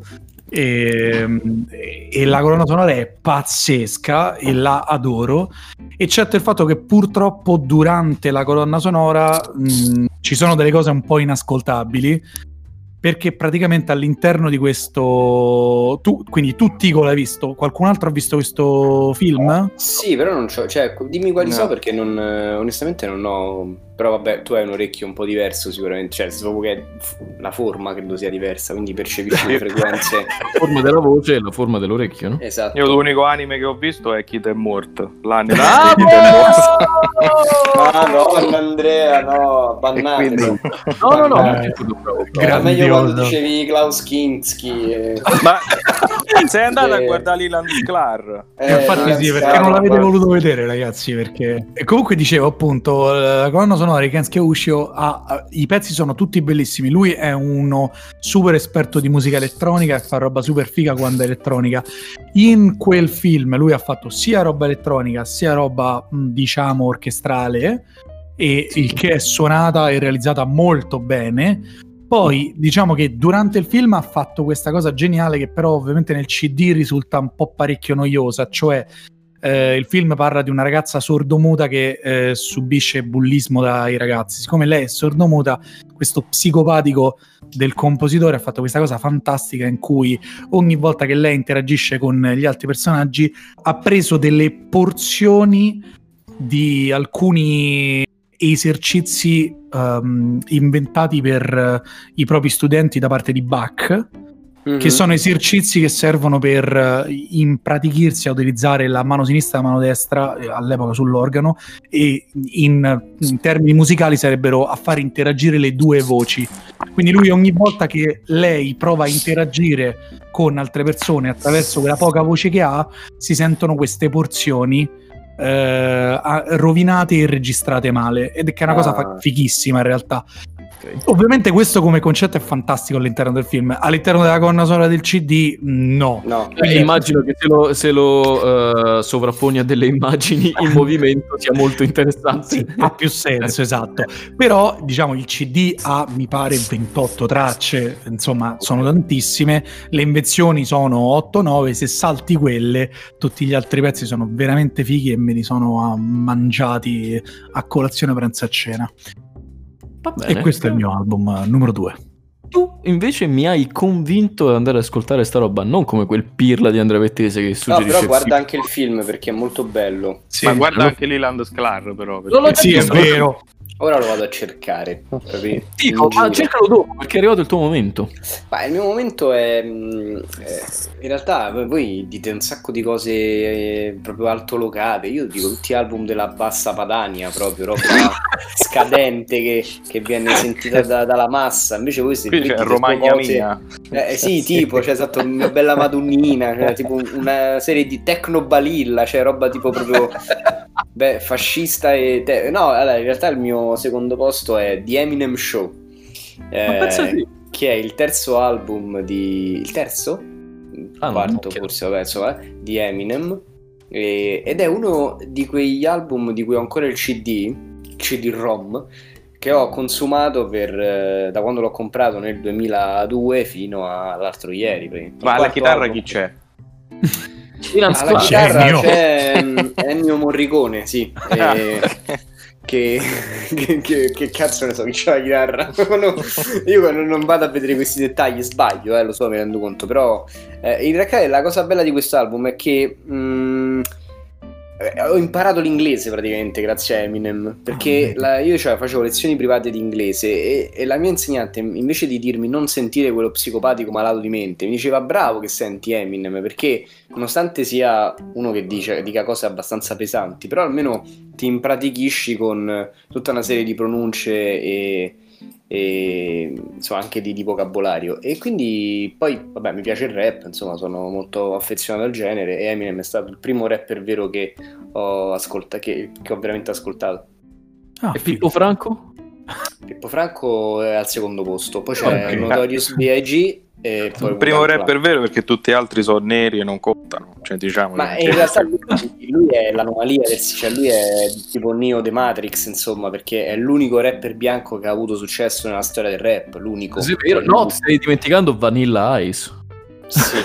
e, e la colonna sonora è pazzesca e la adoro, eccetto il fatto che purtroppo durante la colonna sonora mh, ci sono delle cose un po' inascoltabili, perché praticamente all'interno di questo tu, quindi tu Tico l'hai visto, qualcun altro ha visto questo film? Sì, però non c'ho, cioè, dimmi quali No. so perché non, eh, onestamente non ho. Però vabbè, tu hai un orecchio un po' diverso sicuramente, cioè proprio che f- la forma credo sia diversa, quindi percepisci le frequenze. La forma della voce e la forma dell'orecchio, no? Esatto. Io l'unico anime che ho visto è Kid è Mort. L'anime Bravo! di Kid è Mort. Ah no, Andrea, no, bannate. E quindi- No, no, no, Eh, non è tutto bravo. Era meglio quando grandioso. dicevi Klaus Kinski. Eh, Ma sei andato a Eh. guardare Leland Sklar? eh, Infatti non sì, perché stavo- non l'avete voluto vedere, ragazzi, perché... E comunque dicevo, appunto, la colonna sonora di Kensuke Ushio ha, ha- i pezzi sono tutti bellissimi. Lui è uno super esperto di musica elettronica e fa roba super figa quando è elettronica. In quel film lui ha fatto sia roba elettronica sia roba, mh, diciamo, orchestrale, e il che è suonata e realizzata molto bene. Poi diciamo che durante il film ha fatto questa cosa geniale che però ovviamente nel C D risulta un po' parecchio noiosa, cioè eh, il film parla di una ragazza sordomuta che eh, subisce bullismo dai ragazzi. Siccome lei è sordomuta, questo psicopatico del compositore ha fatto questa cosa fantastica in cui ogni volta che lei interagisce con gli altri personaggi ha preso delle porzioni di alcuni esercizi um, inventati per uh, i propri studenti da parte di Bach, Mhm. che sono esercizi che servono per uh, impratichirsi a utilizzare la mano sinistra e la mano destra, eh, all'epoca sull'organo, e in, in termini musicali sarebbero a far interagire le due voci. Quindi lui ogni volta che lei prova a interagire con altre persone attraverso quella poca voce che ha, si sentono queste porzioni eh, a- rovinate e registrate male, ed è che è una cosa Ah. fa- fighissima in realtà. Okay. Ovviamente questo come concetto è fantastico all'interno del film. All'interno della colonna sonora del C D, no. No. Eh, immagino che se lo, se lo uh, sovrapponi a delle immagini in movimento sia molto interessante. Sì, ha più senso, esatto. Però, diciamo, il C D ha, mi pare, ventotto tracce, insomma, sono tantissime. Le invenzioni sono otto nove, se salti quelle, tutti gli altri pezzi sono veramente fighi e me li sono mangiati a colazione, pranzo e cena. Va bene. E questo è il mio album numero due. Tu invece mi hai convinto ad andare ad ascoltare sta roba, non come quel pirla di Andrea Vettese che No, suggerisce. però guarda anche il film perché è molto bello. Sì, ma guarda anche Leland Sklar però. Non l'ho perché- Sì, è visto. vero. Ora lo vado a cercare. capì? Dico, In ma giro. cercalo dopo perché è arrivato il tuo momento. Ma il mio momento è, mh, è- in realtà voi dite un sacco di cose eh, proprio altolocate. Io dico tutti album della bassa Padania, proprio roba scadente che, che viene sentita da- dalla massa. Invece voi siete Qui c'è mettete Romagna cose- Mia. Eh, sì, tipo, c'è esatto, mia bella Madonnina, cioè, tipo una serie di Tecno Balilla, cioè roba tipo proprio beh, fascista e te- no, allora, in realtà il mio secondo posto è The Eminem Show. Eh, Ma pensa di- che è il terzo album di il terzo? Ah, no, quarto ok. forse, vabbè, insomma, di Eminem. E- ed è uno di quegli album di cui ho ancora il C D, C D-ROM, che ho consumato per, eh, da quando l'ho comprato nel duemiladue fino all'altro ieri. Il Ma alla quarto chitarra album. chi c'è? Leland Alla Sklar. chitarra Ennio. c'è mm, Ennio Morricone, sì. eh, che, che, che, che cazzo ne so, chi c'ha la chitarra? No, io quando non vado a vedere questi dettagli sbaglio, eh, lo so, mi rendo conto. Però eh, in realtà la cosa bella di questo album è che mm, eh, ho imparato l'inglese praticamente grazie a Eminem, perché Ah, la- io cioè, facevo lezioni private di inglese e, e la mia insegnante invece di dirmi non sentire quello psicopatico malato di mente mi diceva bravo che senti Eminem, perché nonostante sia uno che dice, dica cose abbastanza pesanti, però almeno ti impratichisci con tutta una serie di pronunce e, e insomma anche di, di vocabolario. E quindi poi vabbè, mi piace il rap, insomma sono molto affezionato al genere e Eminem è stato il primo rapper vero che ho ascoltato, che, che ho veramente ascoltato. Ah, E Pippo Franco? Pippo Franco è al secondo posto, poi c'è Ok. Notorious B I G e poi Il primo Wu-Tang rapper Clan. vero perché tutti gli altri sono neri e non contano. Cioè, diciamo. Ma in realtà lui, lui è l'anomalia, del- cioè lui è tipo Neo The Matrix, insomma, perché è l'unico rapper bianco che ha avuto successo nella storia del rap, l'unico. Sì, vero. No, ti stai dimenticando Vanilla Ice. Sì.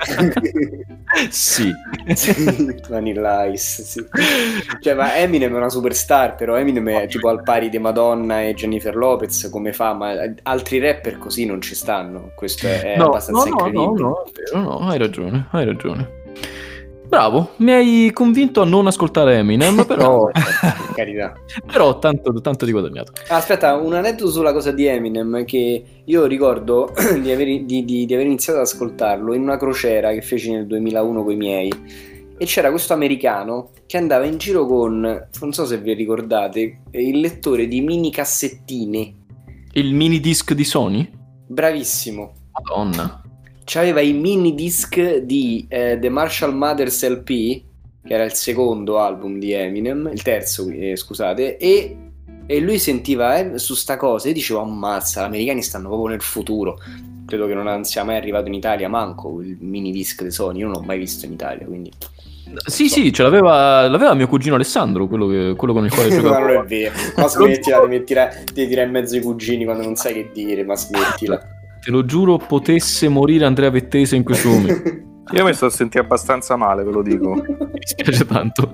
Sì. Vanilla Ice, sì. Cioè, ma Eminem è una superstar, però Eminem è tipo al pari di Madonna e Jennifer Lopez, come fa? Ma altri rapper così non ci stanno. Questo è, è No, abbastanza no, no, incredibile. no, no, è vero, no, hai ragione, hai ragione. Bravo, mi hai convinto a non ascoltare Eminem, però, Per carità. però tanto, tanto di guadagnato. Aspetta, un aneddoto sulla cosa di Eminem, che io ricordo di aver, di, di- di aver iniziato ad ascoltarlo in una crociera che feci nel duemilauno con i miei, e c'era questo americano che andava in giro con, non so se vi ricordate, il lettore di mini cassettine, Il mini disc di Sony? bravissimo. Madonna. C'aveva i mini disc di eh, The Marshall Mathers L P, che era il secondo album di Eminem, il terzo, eh, scusate, e, e lui sentiva eh, su sta cosa e diceva ammazza, gli americani stanno proprio nel futuro. Credo che non sia mai arrivato in Italia manco il mini disc di Sony, io non l'ho mai visto in Italia, quindi Sì, sì, ce l'aveva, l'aveva mio cugino Alessandro, quello, che, quello con il quale ma non giocavo. è vero, ma smettila, devi mettere, devi tirare in mezzo i cugini quando non sai che dire, ma smettila. Te lo giuro, potesse morire Andrea Vettese in questo momento. Io mi sto a sentire abbastanza male, ve lo dico. Mi dispiace tanto.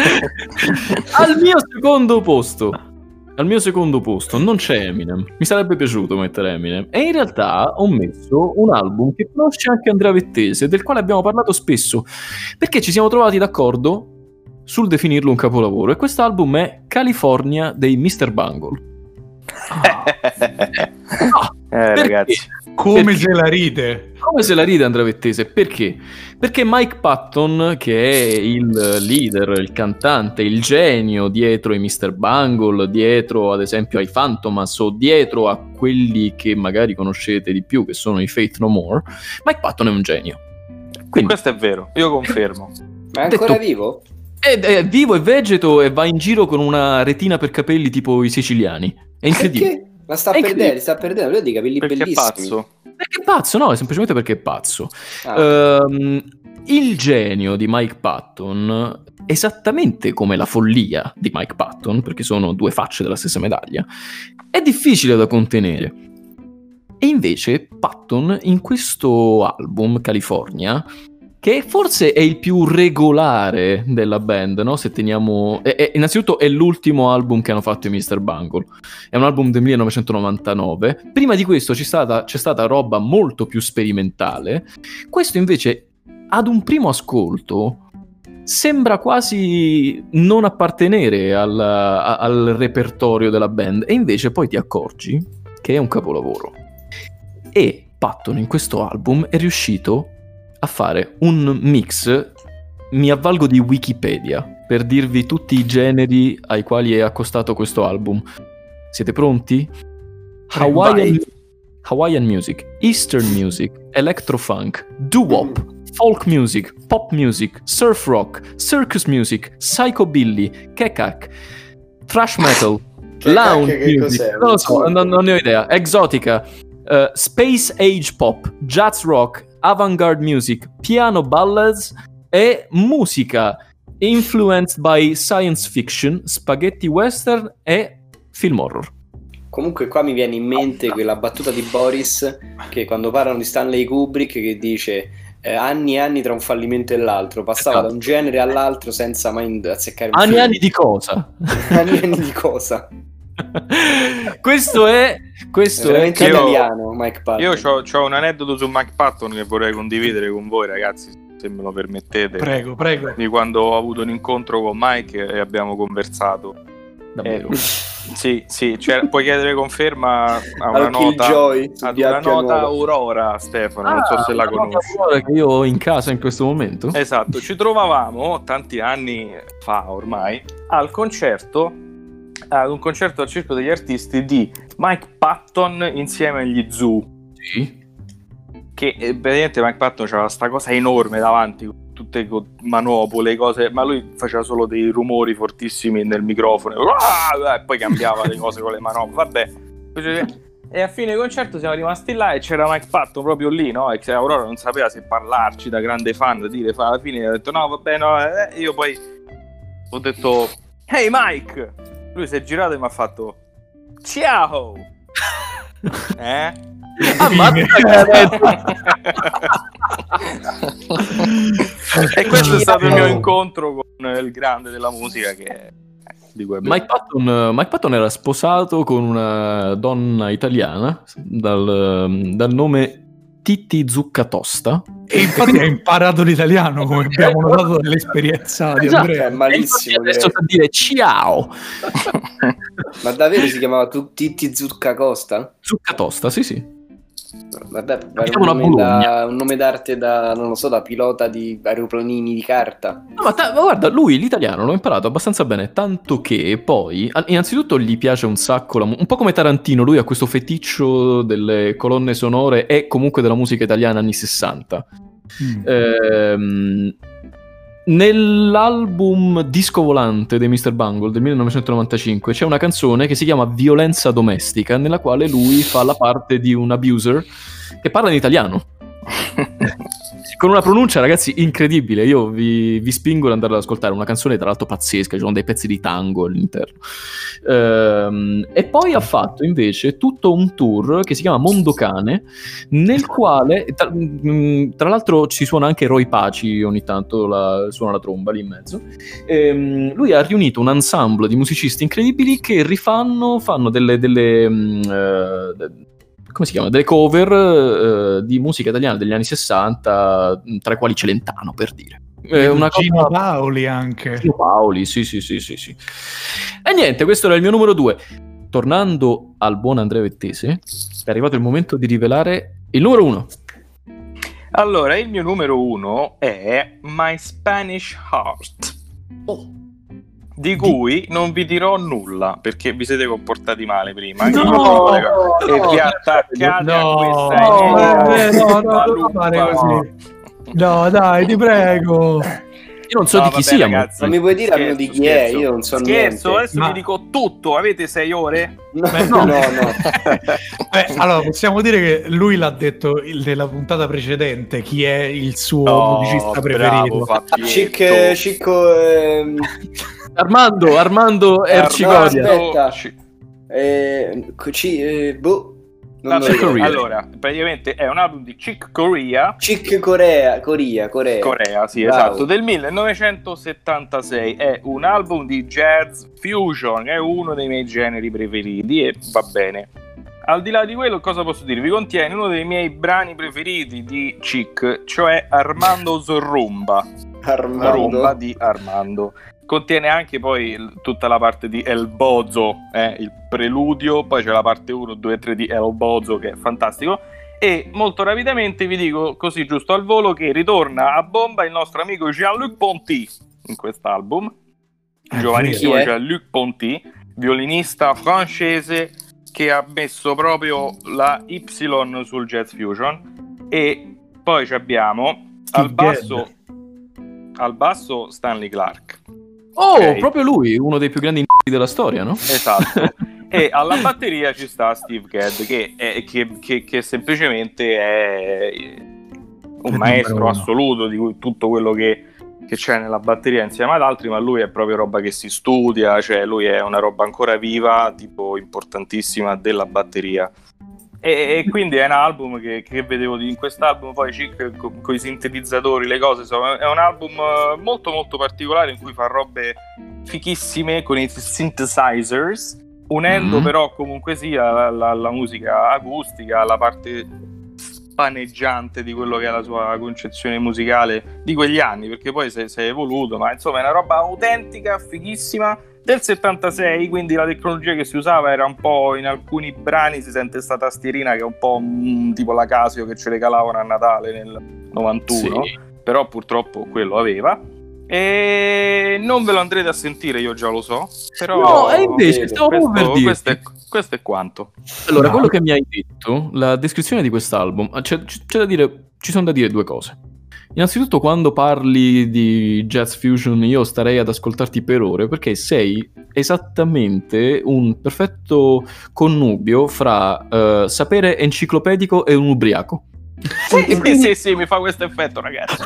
Al mio secondo posto, al mio secondo posto non c'è Eminem. Mi sarebbe piaciuto mettere Eminem. E in realtà ho messo un album che conosce anche Andrea Vettese, del quale abbiamo parlato spesso, perché ci siamo trovati d'accordo sul definirlo un capolavoro. E quest'album è California dei mister Bungle. Ah. Ah, Eh, ragazzi. Come Perché? se la ride. Come se la ride Andrea Vettese? Perché? Perché Mike Patton, che è il leader, il cantante, il genio dietro i mister Bungle, dietro ad esempio ai Phantomas o dietro a quelli che magari conoscete di più, che sono i Faith No More, Mike Patton è un genio. Quindi Questo è vero, io confermo. Ma è ancora Detto- vivo? è, è vivo e vegeto e va in giro con una retina per capelli tipo i siciliani. È incredibile. Perché? Ma sta E perdendo, che- sta perdendo, lui ha dei capelli Perché è bellissimi. pazzo. Perché è pazzo? No, è semplicemente perché è pazzo. Ah, Ehm, il genio di Mike Patton, esattamente come la follia di Mike Patton, perché sono due facce della stessa medaglia, è difficile da contenere. E invece Patton in questo album, California, che forse è il più regolare della band, no? Se teniamo... è- è- innanzitutto è l'ultimo album che hanno fatto i mister Bungle. È un album del millenovecentonovantanove. Prima di questo c'è stata, c'è stata roba molto più sperimentale. Questo invece, ad un primo ascolto, sembra quasi non appartenere al, a- al repertorio della band. E invece poi ti accorgi che è un capolavoro. E Patton in questo album è riuscito a fare un mix. Mi avvalgo di Wikipedia per dirvi tutti i generi ai quali è accostato questo album. Siete pronti? Hawaiian, Hawaiian music, Eastern music, electro-funk, doo-wop, folk music, pop music, surf rock, circus music, psychobilly, kekak, thrash metal, Che lounge cacchio, che music, cos'è? non lo so, non, non ne ho idea, exotica, eh, space age pop, jazz rock, avant-garde music, piano ballads e musica influenced by science fiction, spaghetti western e film horror. Comunque qua mi viene in mente quella battuta di Boris che quando parlano di Stanley Kubrick che dice eh, anni e anni tra un fallimento e l'altro, passava Esatto. da un genere all'altro senza mai azzeccare un Anni e film. anni di cosa? Anni e anni di cosa? questo è È questo è veramente Io- italiano Mike Patton. Io ho un aneddoto su Mike Patton che vorrei condividere con voi, ragazzi, se me lo permettete. Prego, prego. Di quando ho avuto un incontro con Mike e abbiamo conversato. davvero. Eh, sì, sì, cioè, puoi chiedere conferma a una Al nota, Killjoy su ad una Bianca nota Nuova. Aurora, Stefano, non so se la una nota conosci. Aurora che io ho in casa in questo momento. Esatto, ci trovavamo tanti anni fa ormai al concerto, ad un concerto al Circo degli Artisti di Mike Patton insieme agli Zoo, Sì. che eh, praticamente Mike Patton c'aveva sta cosa enorme davanti, con tutte con manopole, cose, ma lui faceva solo dei rumori fortissimi nel microfono, ah! E poi cambiava le cose con le manopole, vabbè. E a fine concerto siamo rimasti là e c'era Mike Patton proprio lì, no? E che Aurora non sapeva se parlarci da grande fan, dire, fa, alla fine ha detto no, vabbè, no, eh. Io poi ho detto, hey Mike! Lui si è girato e mi ha fatto, ciao! Eh? Ah, ma E questo è stato il mio incontro con il grande della musica che di cui abbiamo- Mike Patton, Mike Patton era sposato con una donna italiana dal, dal nome Titti Zuccatosta. E infatti ha imparato l'italiano, come abbiamo notato dall'esperienza di Esatto. Andrea. È malissimo. E adesso direi. sa dire ciao. Ma davvero si chiamava tu Titti Zucca Costa? Zuccatosta, sì sì. Vabbè, Abitava un a nome, Bologna. da, un nome d'arte da, non lo so, da pilota di aeroplanini di carta. No, ma, ta- ma guarda, lui l'italiano l'ho imparato abbastanza bene, tanto che poi, a- innanzitutto gli piace un sacco, la mu- un po' come Tarantino, lui ha questo feticcio delle colonne sonore e comunque della musica italiana anni sessanta. Mm. Ehm, nell'album Disco Volante dei mister Bungle del millenovecentonovantacinque c'è una canzone che si chiama Violenza Domestica, nella quale lui fa la parte di un abuser che parla in italiano. Con una pronuncia, ragazzi, incredibile. Io vi, vi spingo ad andare ad ascoltare una canzone, tra l'altro pazzesca, ci sono dei pezzi di tango all'interno. Ehm, e poi ha fatto invece tutto un tour che si chiama Mondocane, nel quale, tra, mh, tra l'altro, ci suona anche Roy Paci ogni tanto, la, suona la tromba lì in mezzo. Ehm, lui ha riunito un ensemble di musicisti incredibili che rifanno, fanno delle... delle mh, eh, come si chiama? Delle cover eh, di musica italiana degli anni sessanta, tra i quali Celentano, per dire. È una Gino cosa... Paoli anche. Gino Paoli, sì, sì, sì, sì, sì. E niente, questo era il mio numero due. Tornando al buon Andrea Vettese, è arrivato il momento di rivelare il numero uno. Allora, il mio numero uno è My Spanish Heart, Oh. di cui non vi dirò nulla perché vi siete comportati male prima. No, Io no, e no, vi attaccate no, a questa no, ennesima eh, no, no, non palumpa. fare così. No, dai, ti prego. Io non so No, di chi vabbè, sia. ragazzi. Non mi puoi dire almeno di chi è? Scherzo. Io non so Scherzo, niente. adesso Ma- vi dico tutto. Avete sei ore? No, Beh, no, no. no. Beh, allora possiamo dire che lui l'ha detto il- nella puntata precedente chi è il suo No, musicista bravo, preferito. Fabbietto. Cic, Cicco... ehm, Armando, Armando Eh, Ercigoria. aspetta. Ci- eh, ci- eh, boh. Non Vabbè, lo ricordo. Corea. allora, praticamente è un album di Chick Corea. Cic Corea, Corea, Corea. Corea, sì, Bravo. esatto, del millenovecentosettantasei. È un album di jazz fusion, è uno dei miei generi preferiti e va bene. Al di là di quello, cosa posso dirvi? Contiene uno dei miei brani preferiti di Chick, cioè Armando Zorrumba. La Armando. rumba di Armando. Contiene anche poi il- tutta la parte di El Bozo, eh, il preludio, poi c'è la parte uno, due e tre di El Bozo che è fantastico. E molto rapidamente vi dico così giusto al volo che ritorna a bomba il nostro amico Jean-Luc Ponty in quest'album. È Giovanissimo vero. Jean-Luc Ponty, violinista francese che ha messo proprio la Y sul jazz fusion. E poi ci abbiamo Steve al basso, al basso Stanley Clark. Oh, Ok. proprio lui, uno dei più grandi della storia, no? Esatto. E alla batteria ci sta Steve Gadd che, è- che- che- che semplicemente è un È maestro numero uno. assoluto di cui- tutto quello che, che c'è nella batteria insieme ad altri, ma lui è proprio roba che si studia, cioè lui è una roba ancora viva, tipo importantissima della batteria. E, e quindi è un album che, che vedevo di- in quest'album poi Chick con i sintetizzatori, le cose, insomma, è un album eh, molto molto particolare in cui fa robe fichissime con i synthesizers, unendo Mm. però comunque sia la, la- la musica acustica, la parte spaneggiante di quello che è la sua concezione musicale di quegli anni, perché poi si si è evoluto, ma insomma è una roba autentica, fighissima, del settantasei, quindi la tecnologia che si usava era un po', in alcuni brani si sente sta tastierina che è un po' mm, tipo la Casio che ci regalavano a Natale nel novantuno, Sì. però purtroppo quello aveva. E non ve lo andrete a sentire, io già lo so, però No, e invece stavo questo, proprio per dirti. questo, è, questo è quanto. Allora, No. quello che mi hai detto, la descrizione di quest'album, ah, c'è, c'è da dire, ci sono da dire due cose. Innanzitutto, quando parli di jazz fusion, io starei ad ascoltarti per ore perché sei esattamente un perfetto connubio fra eh, sapere enciclopedico e un ubriaco. Sì, sì, sì, sì, mi fa questo effetto, ragazzi.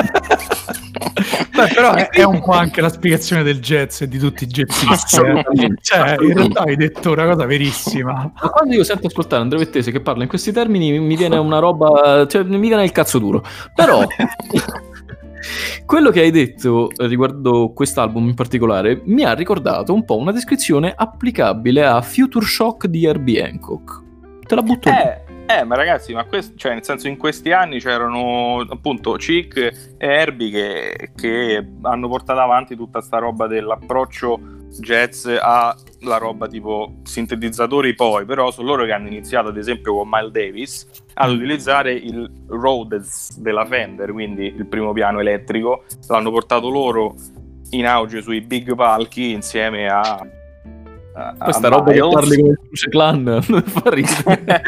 Beh, però è, è un po' anche la spiegazione del jazz e di tutti i jazzisti. eh. Assolutamente. Cioè, in realtà hai detto una cosa verissima. Ma quando io sento ascoltare Andrea Vettese che parla in questi termini, mi viene una roba, cioè mi viene il cazzo duro. Però quello che hai detto riguardo quest'album in particolare mi ha ricordato un po' una descrizione applicabile a Future Shock di Herbie Hancock. Te la butto lì. Eh, eh, ma ragazzi, ma questo, cioè, nel senso, in questi anni c'erano appunto Chick e Herbie che, che hanno portato avanti tutta sta roba dell'approccio jazz alla roba tipo sintetizzatori, poi però sono loro che hanno iniziato ad esempio con Miles Davis a utilizzare il Rhodes della Fender, quindi il primo piano elettrico, l'hanno portato loro in auge sui big palchi insieme a, a Questa a roba che Miles. parli come Cruce Clan fa ridere.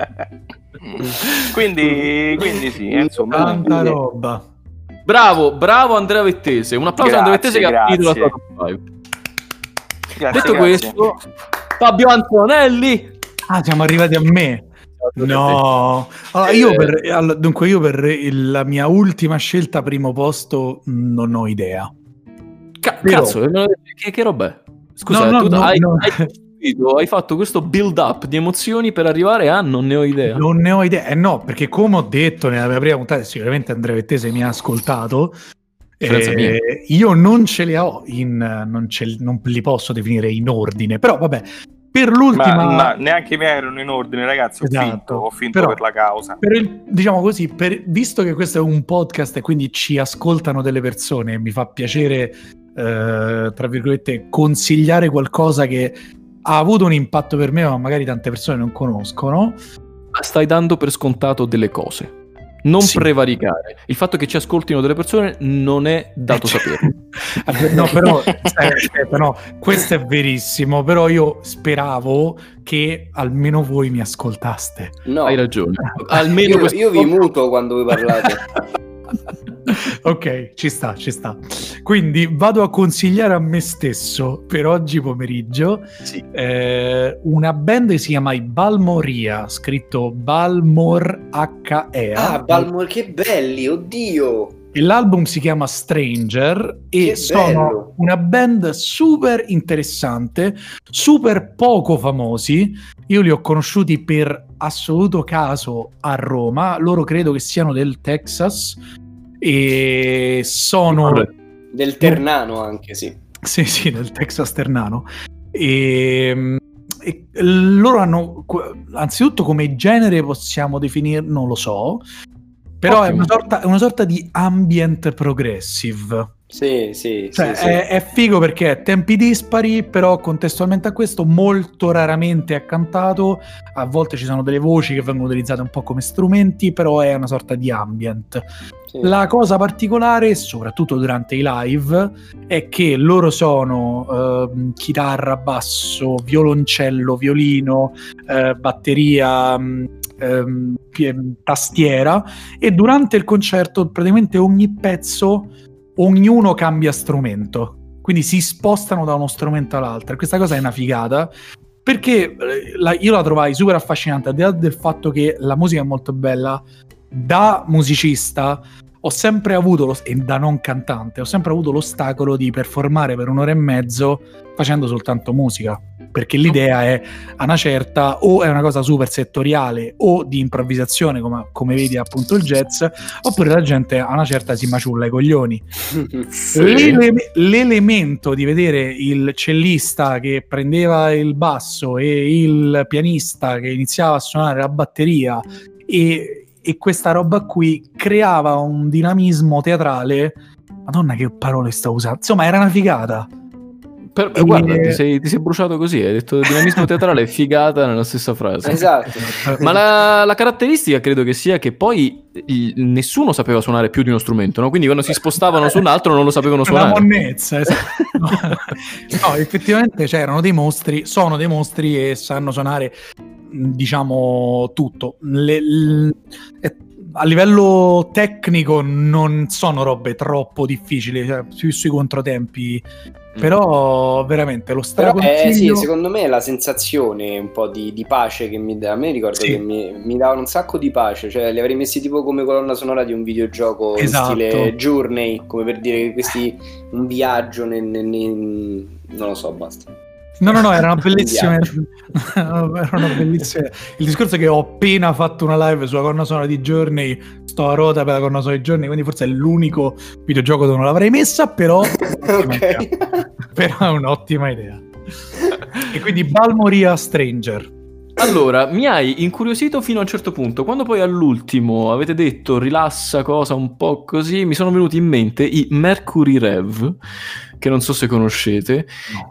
quindi, quindi sì, insomma. Tanta roba. Bravo, bravo Andrea Vettese. Un applauso a Andrea Grazie, Vettese che ha finito la grazie. sua top five. Grazie, Detto grazie. questo, Fabio Antonelli. Ah, siamo arrivati a me. No, allora io per, all- dunque io per il- la mia ultima scelta primo posto mh, non ho idea. Ca- Però- cazzo, che, che roba è? Scusa, No, no, tu no, hai, no. hai costruito, hai fatto questo build up di emozioni per arrivare a non ne ho idea. Non ne ho idea. Eh no, perché come ho detto nella mia prima puntata, sicuramente Andrea Vettese mi ha ascoltato. Differenza mia. eh, io non ce li ho in, non, ce, non li posso definire in ordine, però vabbè, per l'ultima, Ma, ma neanche i miei erano in ordine, ragazzi. Ho Esatto. finto, ho finto Però- per la causa. per il- diciamo così, per- visto che questo è un podcast e quindi ci ascoltano delle persone, e mi fa piacere, eh, tra virgolette, consigliare qualcosa che ha avuto un impatto per me, ma magari tante persone non conoscono. Stai dando per scontato delle cose. Non Sì. prevaricare. Il fatto che ci ascoltino delle persone non è dato saperlo. No, però, stai, aspetta, no, questo è verissimo, però io speravo che almeno voi mi ascoltaste. No, Hai ragione. Almeno io, questo io vi muto quando voi parlate. Ok, ci sta, ci sta. Quindi vado a consigliare a me stesso per oggi pomeriggio Sì. eh, una band che si chiama i Balmoria, scritto Balmor H E A. Ah, Balmor, che belli, oddio! E l'album si chiama Stranger e Che sono bello. una band super interessante, super poco famosi. Io li ho conosciuti per assoluto caso a Roma. Loro credo che siano del Texas e sono Del Ternano anche, sì. sì, sì, del Texas Ternano. E, e loro hanno, anzitutto come genere possiamo definire, non lo so, però è una, sorta, è una sorta di ambient progressive. Sì, sì, Cioè, sì, sì. È, è figo perché è tempi dispari, però contestualmente a questo molto raramente è cantato. A volte ci sono delle voci che vengono utilizzate un po' come strumenti, però è una sorta di ambient. Sì. La cosa particolare, soprattutto durante i live, è che loro sono eh, chitarra, basso, violoncello, violino, eh, batteria, mh, ehm, pi- tastiera, e durante il concerto praticamente ogni pezzo ognuno cambia strumento, quindi si spostano da uno strumento all'altro, e questa cosa è una figata perché la, io la trovai super affascinante, al di là del fatto che la musica è molto bella. Da musicista ho sempre avuto lo, e da non cantante ho sempre avuto l'ostacolo di performare per un'ora e mezzo facendo soltanto musica, perché l'idea è a una certa o è una cosa super settoriale o di improvvisazione come, come vedi appunto il jazz, oppure la gente a una certa si maciulla i coglioni. Sì. L'ele- l'elemento di vedere il cellista che prendeva il basso e il pianista che iniziava a suonare la batteria e e questa roba qui creava un dinamismo teatrale. Madonna, che parole sto usando. Insomma, era una figata. Per, E- Guarda, ti sei, ti sei bruciato così, hai detto dinamismo teatrale e figata nella stessa frase. Esatto. Ma la, la caratteristica credo che sia che poi il- nessuno sapeva suonare più di uno strumento, no? Quindi quando si spostavano su un altro non lo sapevano La suonare. monnezza, esatto. No, effettivamente c'erano dei mostri, sono dei mostri e sanno suonare, diciamo, tutto. Le- l- e- a livello tecnico non sono robe troppo difficili, cioè, più sui controtempi, però veramente lo Però eh, sì, straconsiglio. secondo me la sensazione un po' di, di pace che mi dà, a me ricordo Sì. che mi, mi davano un sacco di pace, cioè li avrei messi tipo come colonna sonora di un videogioco Esatto. in stile Journey, come per dire che questi un viaggio nel, nel- nel- non lo so, basta. No, no, no, era una bellissima. viaggio. Era una bellissima. Il discorso è che ho appena fatto una live sulla colonna sonora di Journey. Sto a rota per la colonna sonora di Journey, quindi forse è l'unico videogioco dove non l'avrei messa. Però, Ok. però è un'ottima idea. E quindi Balmoria Stranger. Allora, mi hai incuriosito fino a un certo punto. Quando poi all'ultimo avete detto rilassa, cosa un po' così, mi sono venuti in mente i Mercury Rev, che non so se conoscete, No.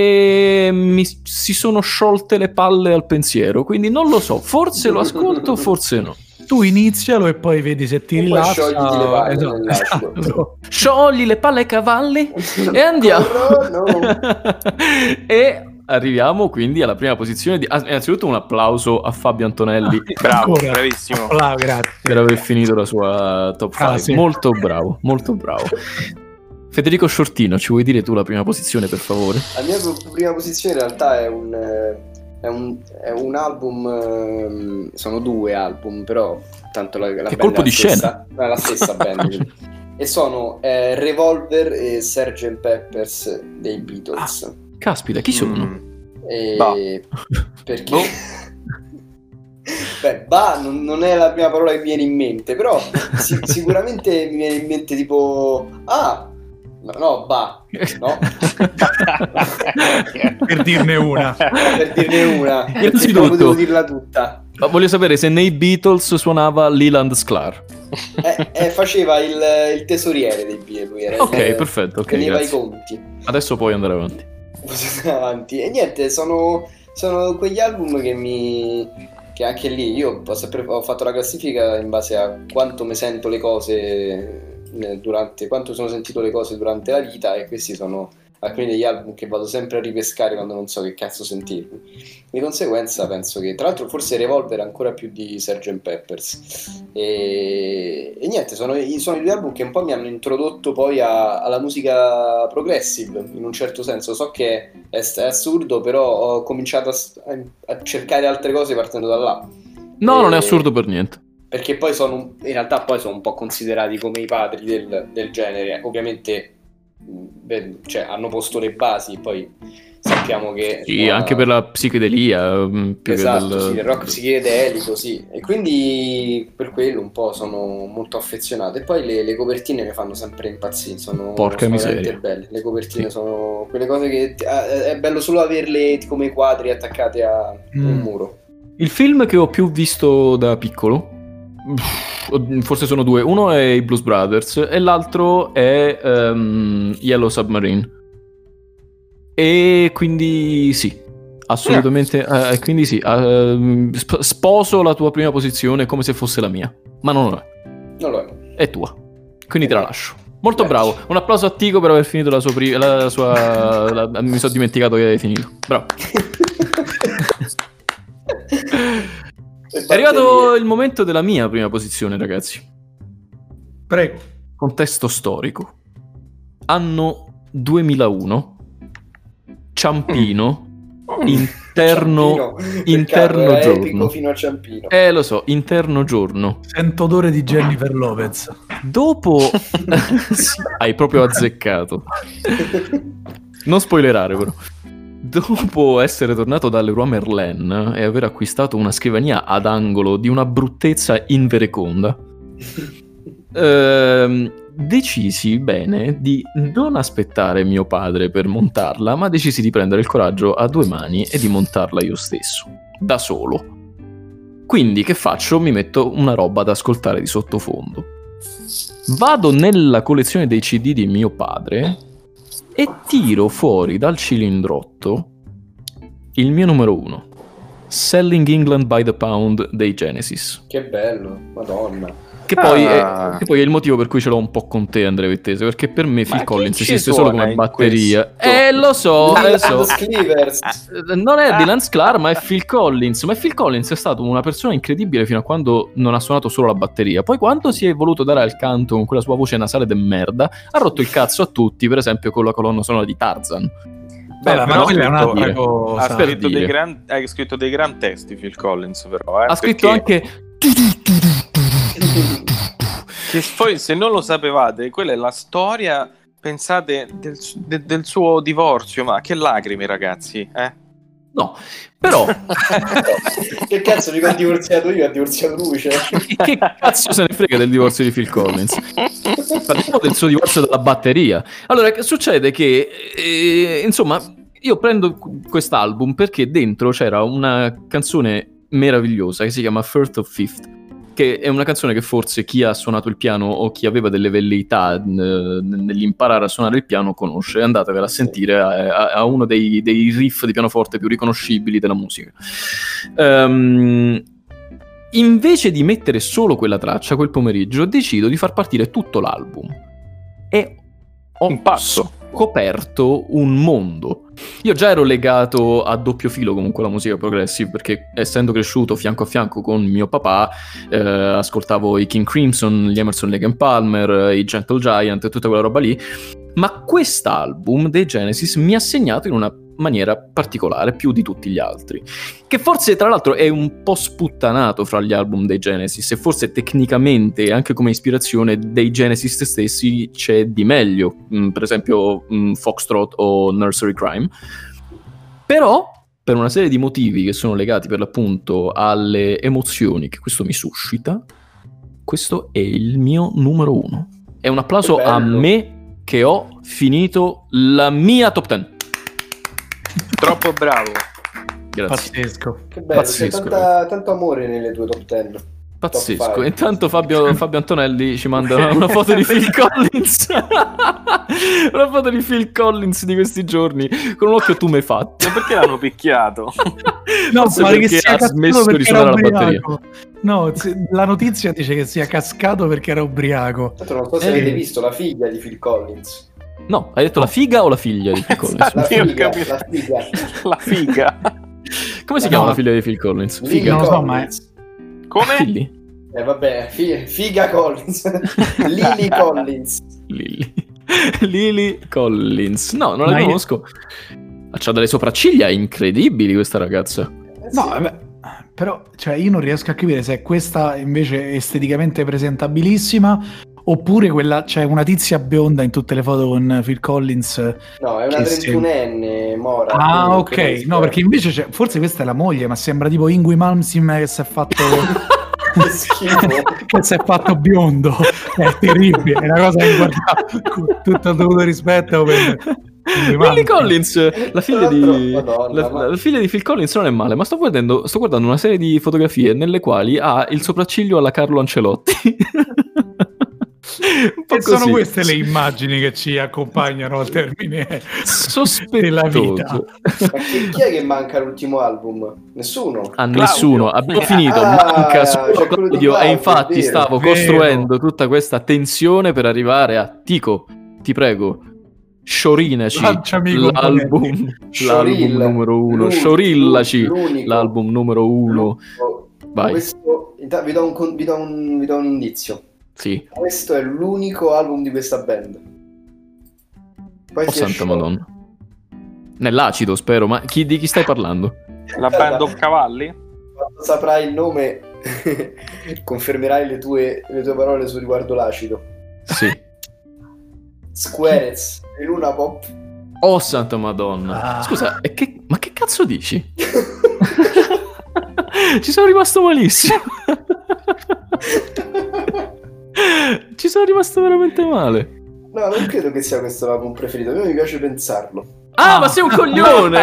e mi si sono sciolte le palle al pensiero, quindi non lo so, forse lo ascolto, forse no. Tu inizialo e poi vedi se ti E poi rilassa. sciogliti le palle Esatto, nell'acido. esatto. Sciogli le palle ai cavalli e andiamo. Corrono. E arriviamo quindi alla prima posizione di... ah, innanzitutto un applauso a Fabio Antonelli Bravo, Ancora. bravissimo. Bravo, grazie. per aver finito la sua top Ah, cinque. sì. Molto bravo, molto bravo. Federico Sciortino, ci vuoi dire tu la prima posizione, per favore? La mia prima posizione in realtà è un, eh, è un, è un album, ehm, sono due album, però tanto la, la band colpo è di la stessa, è la stessa band. quindi. E sono eh, Revolver e sergeant Peppers dei Beatles. Caspita, chi sono? Mm. E Bah. perché? Boh. Beh, bah non, non è la prima parola che mi viene in mente, però si- sicuramente mi viene in mente tipo ah, no, no bah, no, Per dirne una. per dirne una, perché Innanzitutto- non potevo dirla tutta. Ma voglio sapere se nei Beatles suonava Leland Sklar. Eh, eh, faceva il, il tesoriere dei Beatles, lui era, Ok, eh, perfetto, ok, teneva grazie. i conti. Adesso puoi andare avanti. Avanti. E niente, sono, sono quegli album che mi che anche lì io ho, sempre, ho fatto la classifica in base a quanto mi sento le cose eh, durante quanto sono sentito le cose durante la vita, e questi sono alcuni degli album che vado sempre a ripescare quando non so che cazzo sentirmi. Di conseguenza penso che, tra l'altro, forse Revolver ancora più di sergeant Pepper's. E, e niente, sono, sono i due album che un po' mi hanno introdotto poi a, alla musica progressive, in un certo senso. So che è, è assurdo, però ho cominciato a, a cercare altre cose partendo da là. No, e, non è assurdo per niente. Perché poi sono, in realtà poi sono un po' considerati come i padri del, del genere. Ovviamente, beh, cioè, hanno posto le basi, poi sappiamo che Sì, insomma, anche per la psichedelia. Più esatto, che del... sì, il rock psichedelico, sì. E quindi per quello un po' sono molto affezionato. E poi le, le copertine mi fanno sempre impazzire, sono, Porca sono miseria. veramente belle. Le copertine Sì. sono quelle cose che eh, è bello solo averle come quadri attaccate a Mm. un muro. Il film che ho più visto da piccolo, forse sono due. Uno è i Blues Brothers e l'altro è um, Yellow Submarine. E quindi sì, assolutamente. Ah. Eh, quindi sì, uh, sp- sposo la tua prima posizione come se fosse la mia, ma non lo è. Non lo è. È tua. Quindi te la lascio. Molto Grazie. bravo. Un applauso a Tico per aver finito la sua, pri- la sua la- mi sono dimenticato che avevi finito. Bravo. È arrivato il momento della mia prima posizione, ragazzi. Prego. Contesto storico. Anno duemilauno. Ciampino. Interno. Ciampino, interno peccato, è giorno. epico fino a Ciampino. Eh, lo so, interno giorno. Sento odore di Jennifer Lopez. Dopo sì, hai proprio azzeccato. Non spoilerare però. Dopo essere tornato da Leroy Merlin e aver acquistato una scrivania ad angolo di una bruttezza invereconda, ehm, decisi bene di non aspettare mio padre per montarla, ma decisi di prendere il coraggio a due mani e di montarla io stesso, da solo. Quindi che faccio? Mi metto una roba da ascoltare di sottofondo. Vado nella collezione dei C D di mio padre e tiro fuori dal cilindrotto il mio numero uno, Selling England by the Pound dei Genesis. Che bello, madonna. Che poi, Ah. è, che poi è il motivo per cui ce l'ho un po' con te, Andrea Vettese, perché per me Phil chi Collins ci esiste solo suona come in batteria. questo? Eh, lo so, lo so. Lance Cleavers. Eh, Non è Dylan Sklar, ma è Phil Collins. Ma Phil Collins è stato una persona incredibile fino a quando non ha suonato solo la batteria. Poi, quando si è voluto dare al canto con quella sua voce nasale de merda, ha rotto il cazzo a tutti, per esempio con la colonna sonora di Tarzan. Beh, Vabbè, però ma quella è ha scritto- un'altra dire. cosa. ha, per scritto dire. dei gran, ha scritto dei gran testi Phil Collins, però eh, Ha scritto perché- anche. che poi, se non lo sapevate, quella è la storia, pensate, del, de- del suo divorzio. Ma che lacrime, ragazzi, eh? No, però. Che cazzo, mica ho divorziato io, ha divorziato lui, cioè. Che cazzo se ne frega del divorzio di Phil Collins? Parliamo del suo divorzio dalla batteria. Allora, che succede che, eh, insomma, io prendo quest'album perché dentro c'era una canzone meravigliosa che si chiama Firth of Fifth, che è una canzone che forse chi ha suonato il piano o chi aveva delle velleità eh, nell'imparare a suonare il piano conosce. Andatevela a sentire, a, a uno dei, dei riff di pianoforte più riconoscibili della musica. Ehm... Invece di mettere solo quella traccia quel pomeriggio, decido di far partire tutto l'album e ho Un pazzo. scoperto un mondo. Io già ero legato a doppio filo comunque alla musica progressive, perché essendo cresciuto fianco a fianco con mio papà, eh, ascoltavo i King Crimson, gli Emerson Lake and Palmer, i Gentle Giant e tutta quella roba lì. Ma quest'album dei Genesis mi ha segnato in una maniera particolare, più di tutti gli altri, che forse tra l'altro è un po' sputtanato fra gli album dei Genesis, e forse tecnicamente e anche come ispirazione dei Genesis stessi c'è di meglio, mm, per esempio mm, Foxtrot o Nursery Crime. Però per una serie di motivi che sono legati per l'appunto alle emozioni che questo mi suscita, questo è il mio numero uno. E un applauso Che a bello. me che ho finito la mia top dieci. Troppo bravo. Grazie. Pazzesco. Che bello, c'è Pazzesco, tanta, tanto amore nelle tue top dieci. Pazzesco. five. Intanto Fabio, Fabio Antonelli ci manda una, una foto di Phil Collins. Una foto di Phil Collins di questi giorni. Con un occhio tu mi hai fatto. Ma perché l'hanno picchiato? No, Forse pare che perché sia ha cascato smesso di perché suonare era la batteria. ubriaco. No, se- la notizia dice che sia cascato perché era ubriaco. Tanto non so se Eh. avete visto la figlia di Phil Collins. No, hai detto No. la figa o la figlia di Phil Collins? Esatto. La Io ho figa, capito. la figa. La figa. Come si No. chiama la figlia di Phil Collins? Lily Figa. Non lo so, ma è- Collins. Come? Lily? Eh vabbè, fi- figa Collins. Lily Collins. Lily. Lily Collins. No, non la Ma io- conosco. C'ha delle sopracciglia incredibili questa ragazza. Eh No, sì. vabbè, però cioè, io non riesco a capire se è questa invece esteticamente presentabilissima oppure quella, c'è una tizia bionda in tutte le foto con Phil Collins. No, è una che se- trentunenne, Mora. Ah, quindi ok. credo No, sia- perché invece c'è, forse questa è la moglie, ma sembra tipo Ingui Malmsteen che si è fatto Che schifo. che si è fatto biondo. È terribile, è una cosa inguardabile. Con tutto il dovuto rispetto per Ingui Lily Malmsteen. Collins, la figlia Tra l'altro, di Madonna, la, ma- la figlia di Phil Collins non è male, ma sto guardando, sto guardando una serie di fotografie nelle quali ha il sopracciglio alla Carlo Ancelotti. Un po' E sono così. queste le immagini che ci accompagnano al termine Sospettoso. della vita. Ma chi, chi è che manca l'ultimo album? Nessuno. A nessuno, abbiamo finito, Ah, manca solo c'è quello di Claudio e Claudio, infatti è vero. stavo Vero. costruendo tutta questa tensione per arrivare a Tico, ti prego, sciorinaci Lanciami i l'album, componenti. l'album numero uno, l'unico, sciorillaci l'unico, l'album numero uno, l'unico. vai, Questo, inta- vi, do un, con- vi, do un, vi do un indizio. sì, Questo è l'unico album di questa band. Poi oh si santa esce- madonna, nell'acido spero, ma chi, di chi stai parlando? La Band of Cavalli? Quando saprai il nome, confermerai le tue, le tue parole su riguardo l'acido. Sì, Squarez, e Luna Pop. oh santa madonna, Ah. scusa, e che, ma che cazzo dici? Ci sono rimasto malissimo. Ci sono rimasto veramente male. No, non credo che sia questo l'album preferito. A me mi piace pensarlo. Ah, Ah. ma sei un coglione!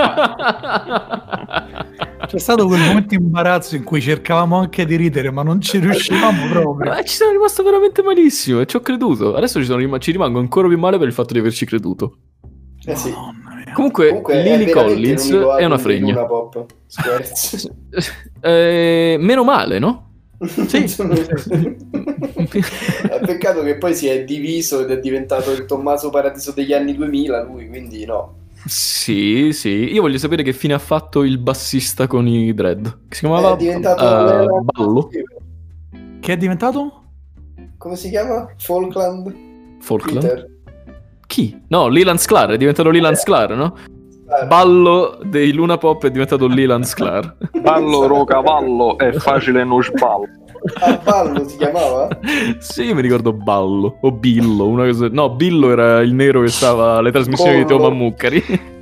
C'è stato quel momento di imbarazzo in cui cercavamo anche di ridere, ma non ci riuscivamo proprio. Ma ci sono rimasto veramente malissimo e ci ho creduto. Adesso ci, sono rim- ci rimango ancora più male per il fatto di averci creduto. Eh sì. Madonna mia. Comunque, Comunque, è Lily veramente Collins l'unico è una album di fregna. Luna Pop. Squarez. Eh, meno male, no? Sì. È peccato che poi si è diviso ed è diventato il Tommaso Paradiso degli anni duemila lui, quindi no. Sì, sì. Io voglio sapere che fine ha fatto il bassista con i dread. Che si chiamava È diventato eh, era- Ballo? Che è diventato? Come si chiama? Falkland? Falkland? Peter? Chi? No, Leland Sklar, è diventato Leland Sklar, no? Ah, Ballo dei Luna Pop è diventato Leland Sklar. Ballo rocavallo è facile non sballo. ah, Ballo si chiamava? Sì, mi ricordo Ballo o Billo, una cosa... No, Billo era il nero che stava alle trasmissioni di Teo Bollo. Mammucari.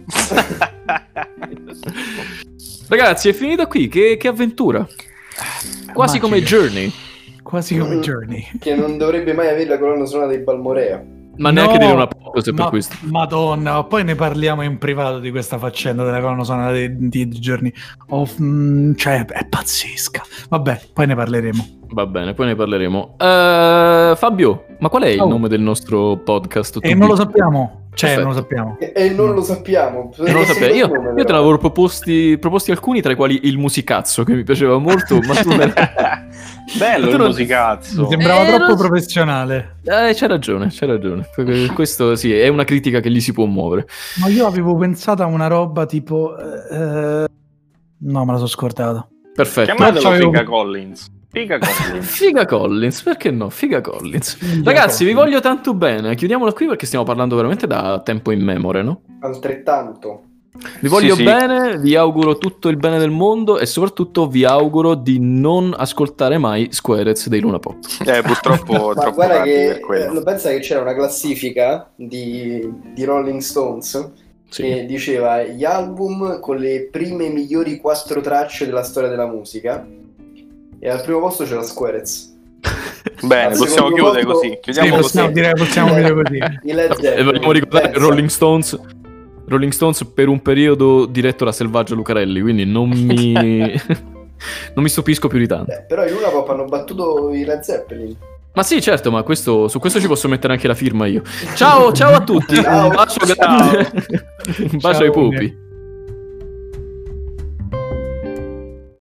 Ragazzi, è finita qui, che, che avventura. Quasi come Magica. Journey, Quasi come Mm. Journey. Che non dovrebbe mai avere la colonna sonora dei Balmorea. ma neanche No, di Luna Pop, se per ma- questo. Madonna, poi ne parliamo in privato di questa faccenda della colonna sonora di, di, di giorni. Oh, mm, cioè, è pazzesca. Vabbè, poi ne parleremo. Va bene, poi ne parleremo. Eh, Fabio, ma qual è il Oh. nome del nostro podcast? E non lo sappiamo. Cioè, Perfetto. non lo sappiamo. E, e non lo sappiamo. Non lo sapevo. Io, io te ne avevo proposti, proposti alcuni, tra i quali il musicazzo, che mi piaceva molto, ma tu ne- Bello Tu il non- musicazzo. Mi sembrava Eh, troppo non so- professionale. Eh, c'hai ragione, c'hai ragione. Questo sì, è una critica che gli si può muovere. Ma io avevo pensato a una roba tipo... eh, no, me la sono scordata. Perfetto. Chiamatelo c'avevo- Figa Collins. Figa Collins. Figa Collins, perché no? Figa Collins. Figa Ragazzi, vi Collins. voglio tanto bene. Chiudiamola qui perché stiamo parlando veramente da tempo immemore, no? Altrettanto. Vi voglio sì. bene, vi auguro tutto il bene del mondo e soprattutto vi auguro di non ascoltare mai Squarez dei Luna Pop. Eh, purtroppo Ma troppo guarda tardi che per quello. eh, lo pensa che c'era una classifica di, di Rolling Stones Sì. che diceva gli album con le prime migliori quattro tracce della storia della musica e al primo posto c'era Squarez. Bene, Al possiamo secondo chiudere posto- così. Sì, Chiudiamo così. possiamo, direi possiamo dire così. I Led E Zeppelin, vogliamo ricordare che pensa. Rolling Stones Rolling Stones per un periodo diretto da Selvaggia Lucarelli, quindi non mi non mi stupisco più di tanto. Beh, però i Luna Pop hanno battuto i Led Zeppelin. Ma sì, certo, ma questo, su questo ci posso mettere anche la firma io. Ciao, ciao a tutti. Ciao. Un bacio, Ciao. un bacio ai Ciao. pupi.